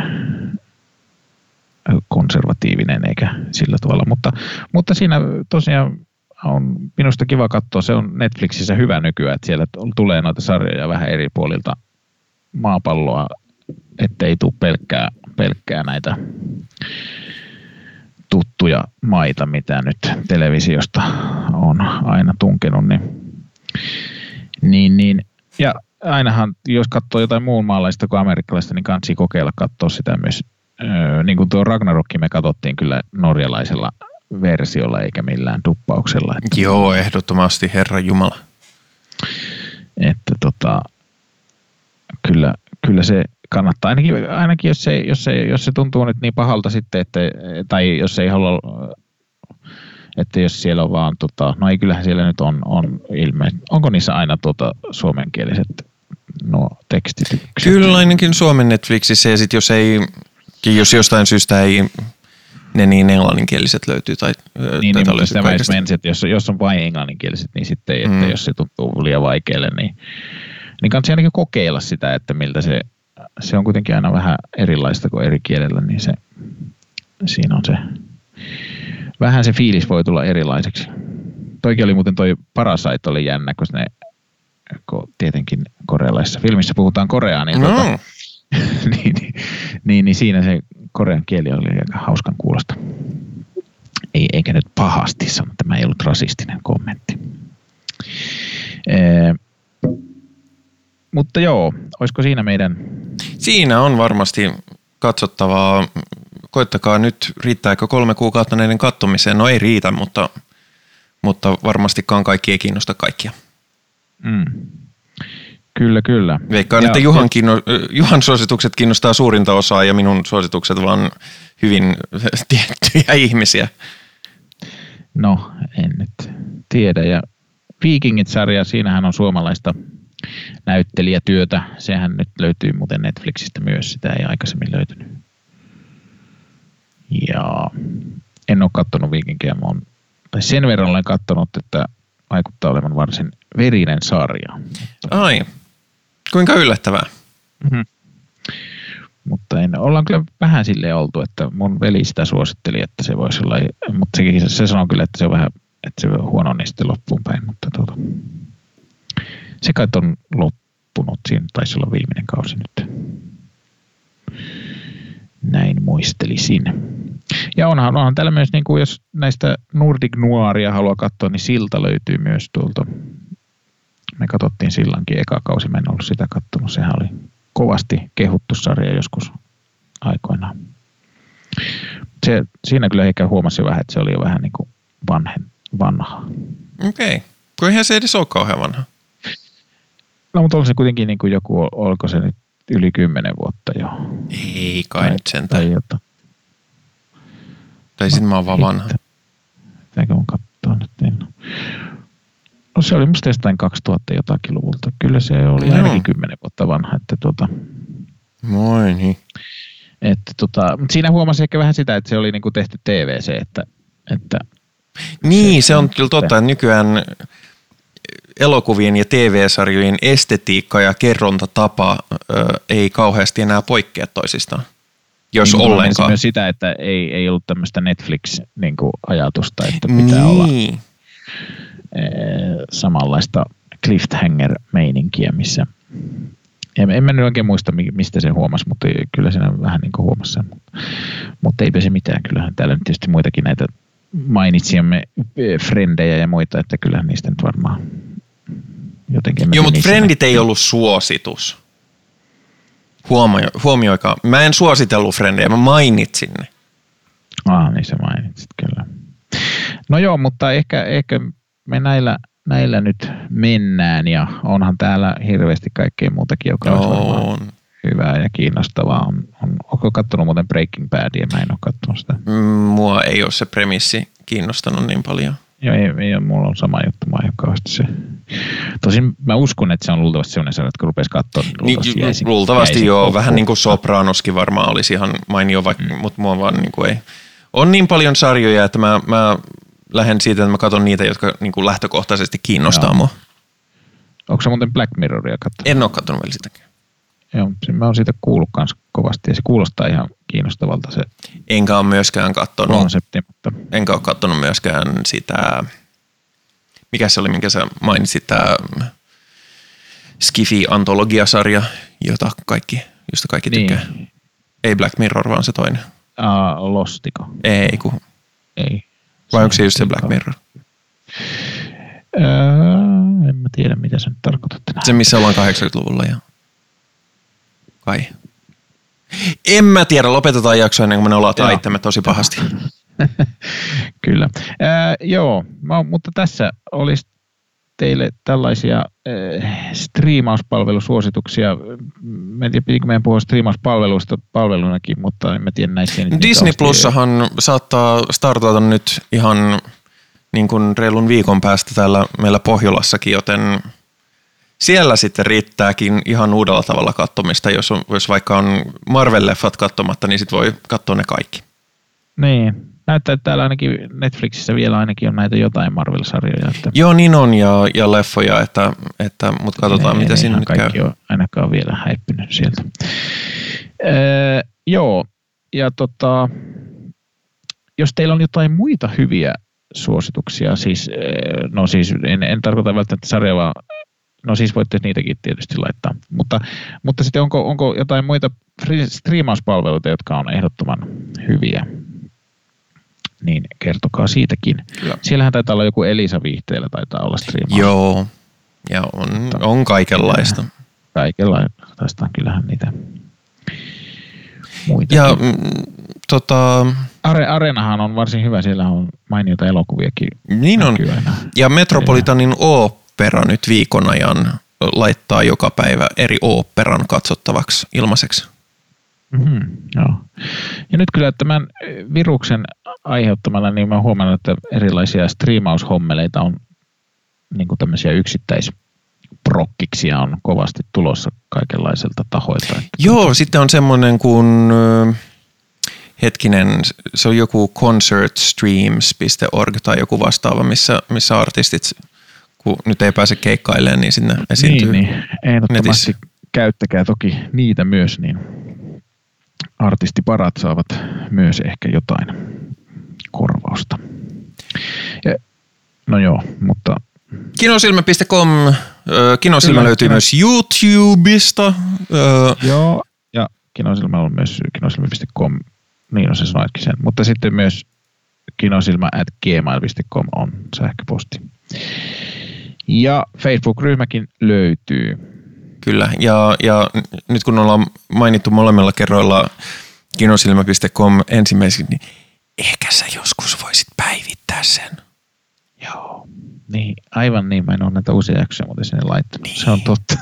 konservatiivinen eikä sillä tavalla, mutta, mutta siinä tosiaan on minusta kiva katsoa, se on Netflixissä hyvä nykyään, että siellä tulee noita sarjoja vähän eri puolilta maapalloa, ettei tule pelkkää, pelkkää näitä tuttuja maita, mitä nyt televisiosta on aina tunkenut, niin, niin, niin ja ainahan, jos katsoo jotain muun maalaista kuin amerikkalaista, niin kannattaa kokeilla katsoa sitä myös, öö, niin kuin tuo Ragnarokki me katsottiin kyllä norjalaisella versiolla eikä millään duppauksella. Että, Joo, ehdottomasti, Herra Jumala. Että tota, kyllä, kyllä se kannattaa. Ainakin, ainakin jos, se, jos, se, jos se tuntuu nyt niin pahalta sitten, että, tai jos ei halua, että jos siellä on vaan, tota, no ei kyllähän siellä nyt on, on ilme. Onko niissä aina tota, suomenkieliset nuo tekstitykset? Kyllä ainakin Suomen Netflixissä ja sitten jos ei, jos jostain syystä ei ne niin englanninkieliset löytyy tai niin, tätä niin, löytyy mutta kaikesta. Menisin, että jos, jos on vain englanninkieliset, niin sitten ei, että mm. jos se tuntuu liian vaikealle, niin, niin kannattaa ainakin kokeilla sitä, että miltä se, se on kuitenkin aina vähän erilaista kuin eri kielellä, niin se, siinä on se, vähän se fiilis voi tulla erilaiseksi. Toikin oli muuten toi Parasite oli jännä, koska ne, kun tietenkin korealaisessa filmissä puhutaan koreaa, niin, no. tota, niin, niin, niin, niin siinä se korean kieli oli aika hauskan kuulosta. Ei, eikä nyt pahasti sano, tämä ei ollut rasistinen kommentti. Ee, mutta joo, olisiko siinä meidän... Siinä on varmasti katsottavaa. Koittakaa nyt, riittääkö kolme kuukautta näiden katsomiseen? No ei riitä, mutta, mutta varmastikaan kaikki ei kiinnosta kaikkia. Mm. Kyllä, kyllä. Veikkaan, ja, että Juhan, kiinno, Juhan suositukset kiinnostaa suurinta osaa ja minun suositukset vaan hyvin tiettyjä ihmisiä. No, en nyt tiedä. Ja Vikingit-sarja, siinähän on suomalaista näyttelijätyötä. Sehän nyt löytyy muuten Netflixistä myös, sitä ei aikaisemmin löytynyt. Ja en ole katsonut Vikinkejä, mä oon, tai sen verran olen katsonut, että vaikuttaa olevan varsin verinen sarja. Ai, kuinka yllättävää. Mm-hmm. Mutta en, ollaan kyllä vähän silleen oltu, että mun veli sitä suositteli, että se voisi olla, mutta se, se sanoo kyllä, että se on vähän, että se on huono niin sitten loppuun päin, mutta tuota, se kai on loppunut, siinä taisi olla viimeinen kausi nyt. Näin muistelisin. Ja onhan, onhan täällä myös, niin kuin jos näistä Nordic Noiria haluaa katsoa, niin Silta löytyy myös tuolta. Me katsottiin sillankin eka kausi, mä en ollut sitä katsonut. Sehän oli kovasti kehuttu sarja joskus aikoinaan. Se, siinä kyllä ehkä huomasi vähän, että se oli jo vähän niin kuin vanhen, vanha. Okei. Okay. Kun eihän se edes ole kauhean vanha. No, mutta on se kuitenkin niin kuin joku, oliko se nyt yli kymmenen vuotta jo. Ei kai nyt sentään. Tai jotain. Tai sitten mä oon vaan vanha. Pitääkö mun katsoa nyt? Niin. No se oli musta jostain kaksituhatta jotakin luvulta. Kyllä se oli no. ainakin kymmenen vuotta vanha. Että tuota, Moi niin. Että tota, mutta siinä huomasi ehkä vähän sitä, että se oli niinku tehty T V C. Että, että niin, se, se on kyllä totta, että nykyään elokuvien ja T V-sarjojen estetiikka ja kerrontatapa ö, ei kauheasti enää poikkea toisistaan. Jos niin, ollenkaan. Myös sitä, että ei, ei ollut tämmöistä Netflix-ajatusta, että pitää niin. olla e, samanlaista cliffhanger-meininkiä, missä en, en mä nyt oikein muista, mistä se huomasi, mutta kyllä siinä vähän niin kuin huomasi sen. Mutta, mutta eipä se mitään. Kyllähän täällä nyt tietysti muitakin näitä mainitsijamme frendejä ja muita, että kyllähän niistä nyt varmaan jotenkin... Joo, mutta Friendit ei ollut suositus. Huomio, huomioikaa. Mä en suositellut Friendejä, mä mainitsin ne. Ah, niin sä mainitsit kyllä. No joo, mutta ehkä, ehkä me näillä, näillä nyt mennään ja onhan täällä hirveästi kaikkea muutakin, joka no, on hyvää ja kiinnostavaa. On, on, onko kattonut muuten Breaking Badia? Mä en ole kattonut sitä. Mua ei ole se premissi kiinnostanut niin paljon. Joo, ei, ei, mulla on sama juttu, mä en kauheasti se. Tosin mä uskon, että se on luultavasti sellainen sarja, että kun rupesi katsoa, niin luultavasti niin, jäisi. Luultavasti jäisi joo, loppuun. vähän niin kuin Sopranoskin varmaan olisi ihan mainio, vaikka, mm. mutta mua vaan niin kuin ei. On niin paljon sarjoja, että mä, mä lähden siitä, että mä katson niitä, jotka niin kuin lähtökohtaisesti kiinnostaa joo. mua. Onko se muuten Black Mirroria katsonut? En ole katsonut vielä sitäkin. Joo, mä oon siitä kuullut kans kovasti ja se kuulostaa ihan kiinnostavalta se enkä ole myöskään katsonut, konsepti, mutta... enkä ole katsonut myöskään sitä, mikä se oli, minkä sä mainitsit, tämä Skifi-antologiasarja, jota kaikki, josta kaikki tykkää. Niin. Ei Black Mirror, vaan se toinen. Uh, Lostiko? Ei, kun... Ei. Vai onko se just se Black Mirror? Öö, en mä tiedä, mitä sä nyt tarkoitat enää. Se, missä ollaan kahdeksankymmentäluvulla ja... Kai. En mä tiedä, lopetetaan jakso ennen kuin me nolataan itsemme tosi pahasti. Kyllä. Äh, joo, mä, mutta tässä olisi teille tällaisia äh, striimauspalvelusuosituksia. Mä en tiedä, pitikö meidän puhua striimauspalveluista palvelunakin, mutta en mä tiedä näissä. Disney Plussahan saattaa startata nyt ihan niin kuin reilun viikon päästä täällä meillä Pohjolassakin, joten siellä sitten riittääkin ihan uudella tavalla katsomista. Jos, on, jos vaikka on Marvel-leffat katsomatta, niin sitten voi katsoa ne kaikki. Niin. Näyttää, että täällä ainakin Netflixissä vielä ainakin on näitä jotain Marvel-sarjoja. Että joo, niin on ja, ja leffoja, että, että, mutta katsotaan ne, mitä ne siinä nyt käy. kaikki on ainakaan vielä häippinyt sieltä. Öö, joo, ja tota, jos teillä on jotain muita hyviä suosituksia, siis, no siis en, en tarkoita välttämättä sarjaa, vaan no siis voitte niitäkin tietysti laittaa, mutta, mutta sitten onko, onko jotain muita striimauspalveluita, jotka on ehdottoman hyviä? Niin kertokaa siitäkin. Kyllä. Siellähän taitaa olla joku Elisa Viihteellä taitaa olla striimaus. Joo, ja on, on kaikenlaista. Kaikenlaista, kyllähän niitä muitakin. Ja mm, tota... Are, Areenahan on varsin hyvä, siellä on mainioita elokuviakin. Niin on, ja Metropolitanin Opera nyt viikon ajan laittaa joka päivä eri oopperan katsottavaksi ilmaiseksi. Mm-hmm, joo. Ja nyt kyllä tämän viruksen aiheuttamalla, niin mä oon huomannut, että erilaisia striimaushommeleita on niin kuin tämmöisiä yksittäisprokkiksia on kovasti tulossa kaikenlaiselta tahoilta. Joo, to... sitten on semmoinen kuin, hetkinen, se on joku concertstreams piste org tai joku vastaava, missä, missä artistit, kun nyt ei pääse keikkailemaan, niin sinne esiintyy niin, niin. Ehdottomasti netissä. Käyttäkää toki niitä myös, niin artistiparat saavat myös ehkä jotain korvausta. Ja, no joo, mutta... Kinosilmä piste com, Kinosilmä Kyllä, löytyy kyllä. myös YouTubesta. Joo, ja Kinosilmä on myös kinosilmä piste com, niin on se sanoitkin sen, mutta sitten myös kinosilmä at gmail piste com on sähköposti. Ja Facebook-ryhmäkin löytyy. Kyllä, ja, ja nyt kun ollaan mainittu molemmilla kerroilla kinosilmä piste com ensimmäiseksi, niin ehkä sä joskus voisit päivittää sen. Joo, niin, aivan niin. Mä en ole näitä uusia jaksoja muuten sinne laittanut. Niin. Se on totta.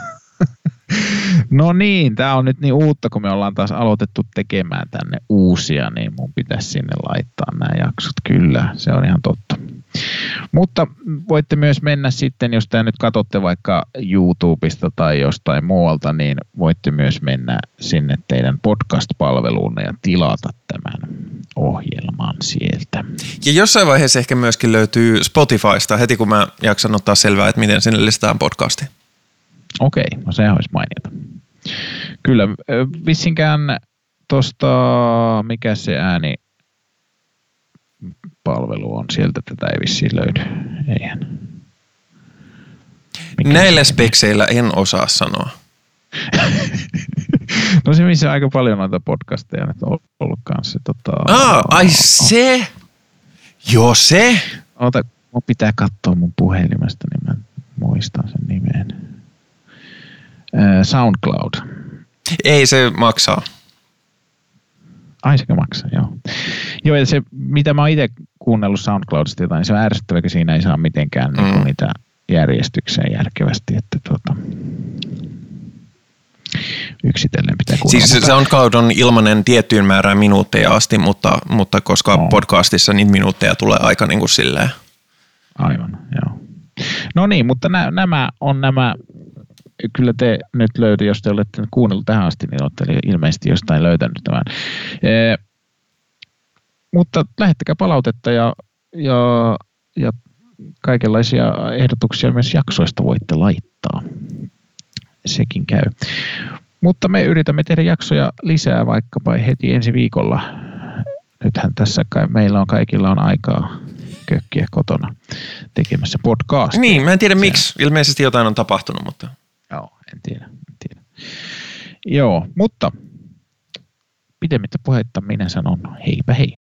No niin, tää on nyt niin uutta, kun me ollaan taas aloitettu tekemään tänne uusia, niin mun pitäisi sinne laittaa nämä jaksot. Kyllä, se on ihan totta. Mutta voitte myös mennä sitten, jos tämä nyt katsotte vaikka YouTubesta tai jostain muualta, niin voitte myös mennä sinne teidän podcast-palveluunne ja tilata tämän ohjelman sieltä. Ja jossain vaiheessa ehkä myöskin löytyy Spotifysta, heti kun mä jaksan ottaa selvää, että miten sinne lisätään podcasti. Okei, no sehän olisi mainiota. Kyllä, vissinkään tuosta, mikä se ääni palvelu on, sieltä tätä ei vissiin löydy. Eihän. Mikä näillä spekseillä en osaa sanoa. No se, missä aika paljon noita podcasteja nyt on ollut kanssa. Tota, ah, ai se! Joo se! Ota, mun pitää katsoa mun puhelimesta, niin mä muistan sen nimen. SoundCloud. Ei, se maksaa. Ai sekä maksaa, joo. Joo, ja se, mitä mä oon itse kuunnellut SoundCloudista jotain, niin se on ärsyttävä, kun siinä ei saa mitenkään mm. niin niitä järjestykseen järkevästi, että tuota, yksitellen pitää kuunnella. Siis SoundCloud on ilmainen tiettyyn määrään minuutteja asti, mutta, mutta koska no. podcastissa niitä minuutteja tulee aika niin kuin silleen. Aivan, joo. No niin, mutta nä, nämä on nämä, kyllä te nyt löydy, jos te olette kuunnellut tähän asti, niin olette ilmeisesti jostain löytänyt tämän. E, mutta lähettäkää palautetta ja, ja, ja kaikenlaisia ehdotuksia myös jaksoista voitte laittaa. Sekin käy. Mutta me yritämme tehdä jaksoja lisää vaikkapa heti ensi viikolla. Nythän tässä kai meillä on kaikilla on aikaa kökkiä kotona tekemässä podcastia. Niin, mä en tiedä miksi. Ilmeisesti jotain on tapahtunut, mutta... Joo, en tiedä. En tiedä. Joo, mutta pitemmittä puheitta minä sanon heipä hei.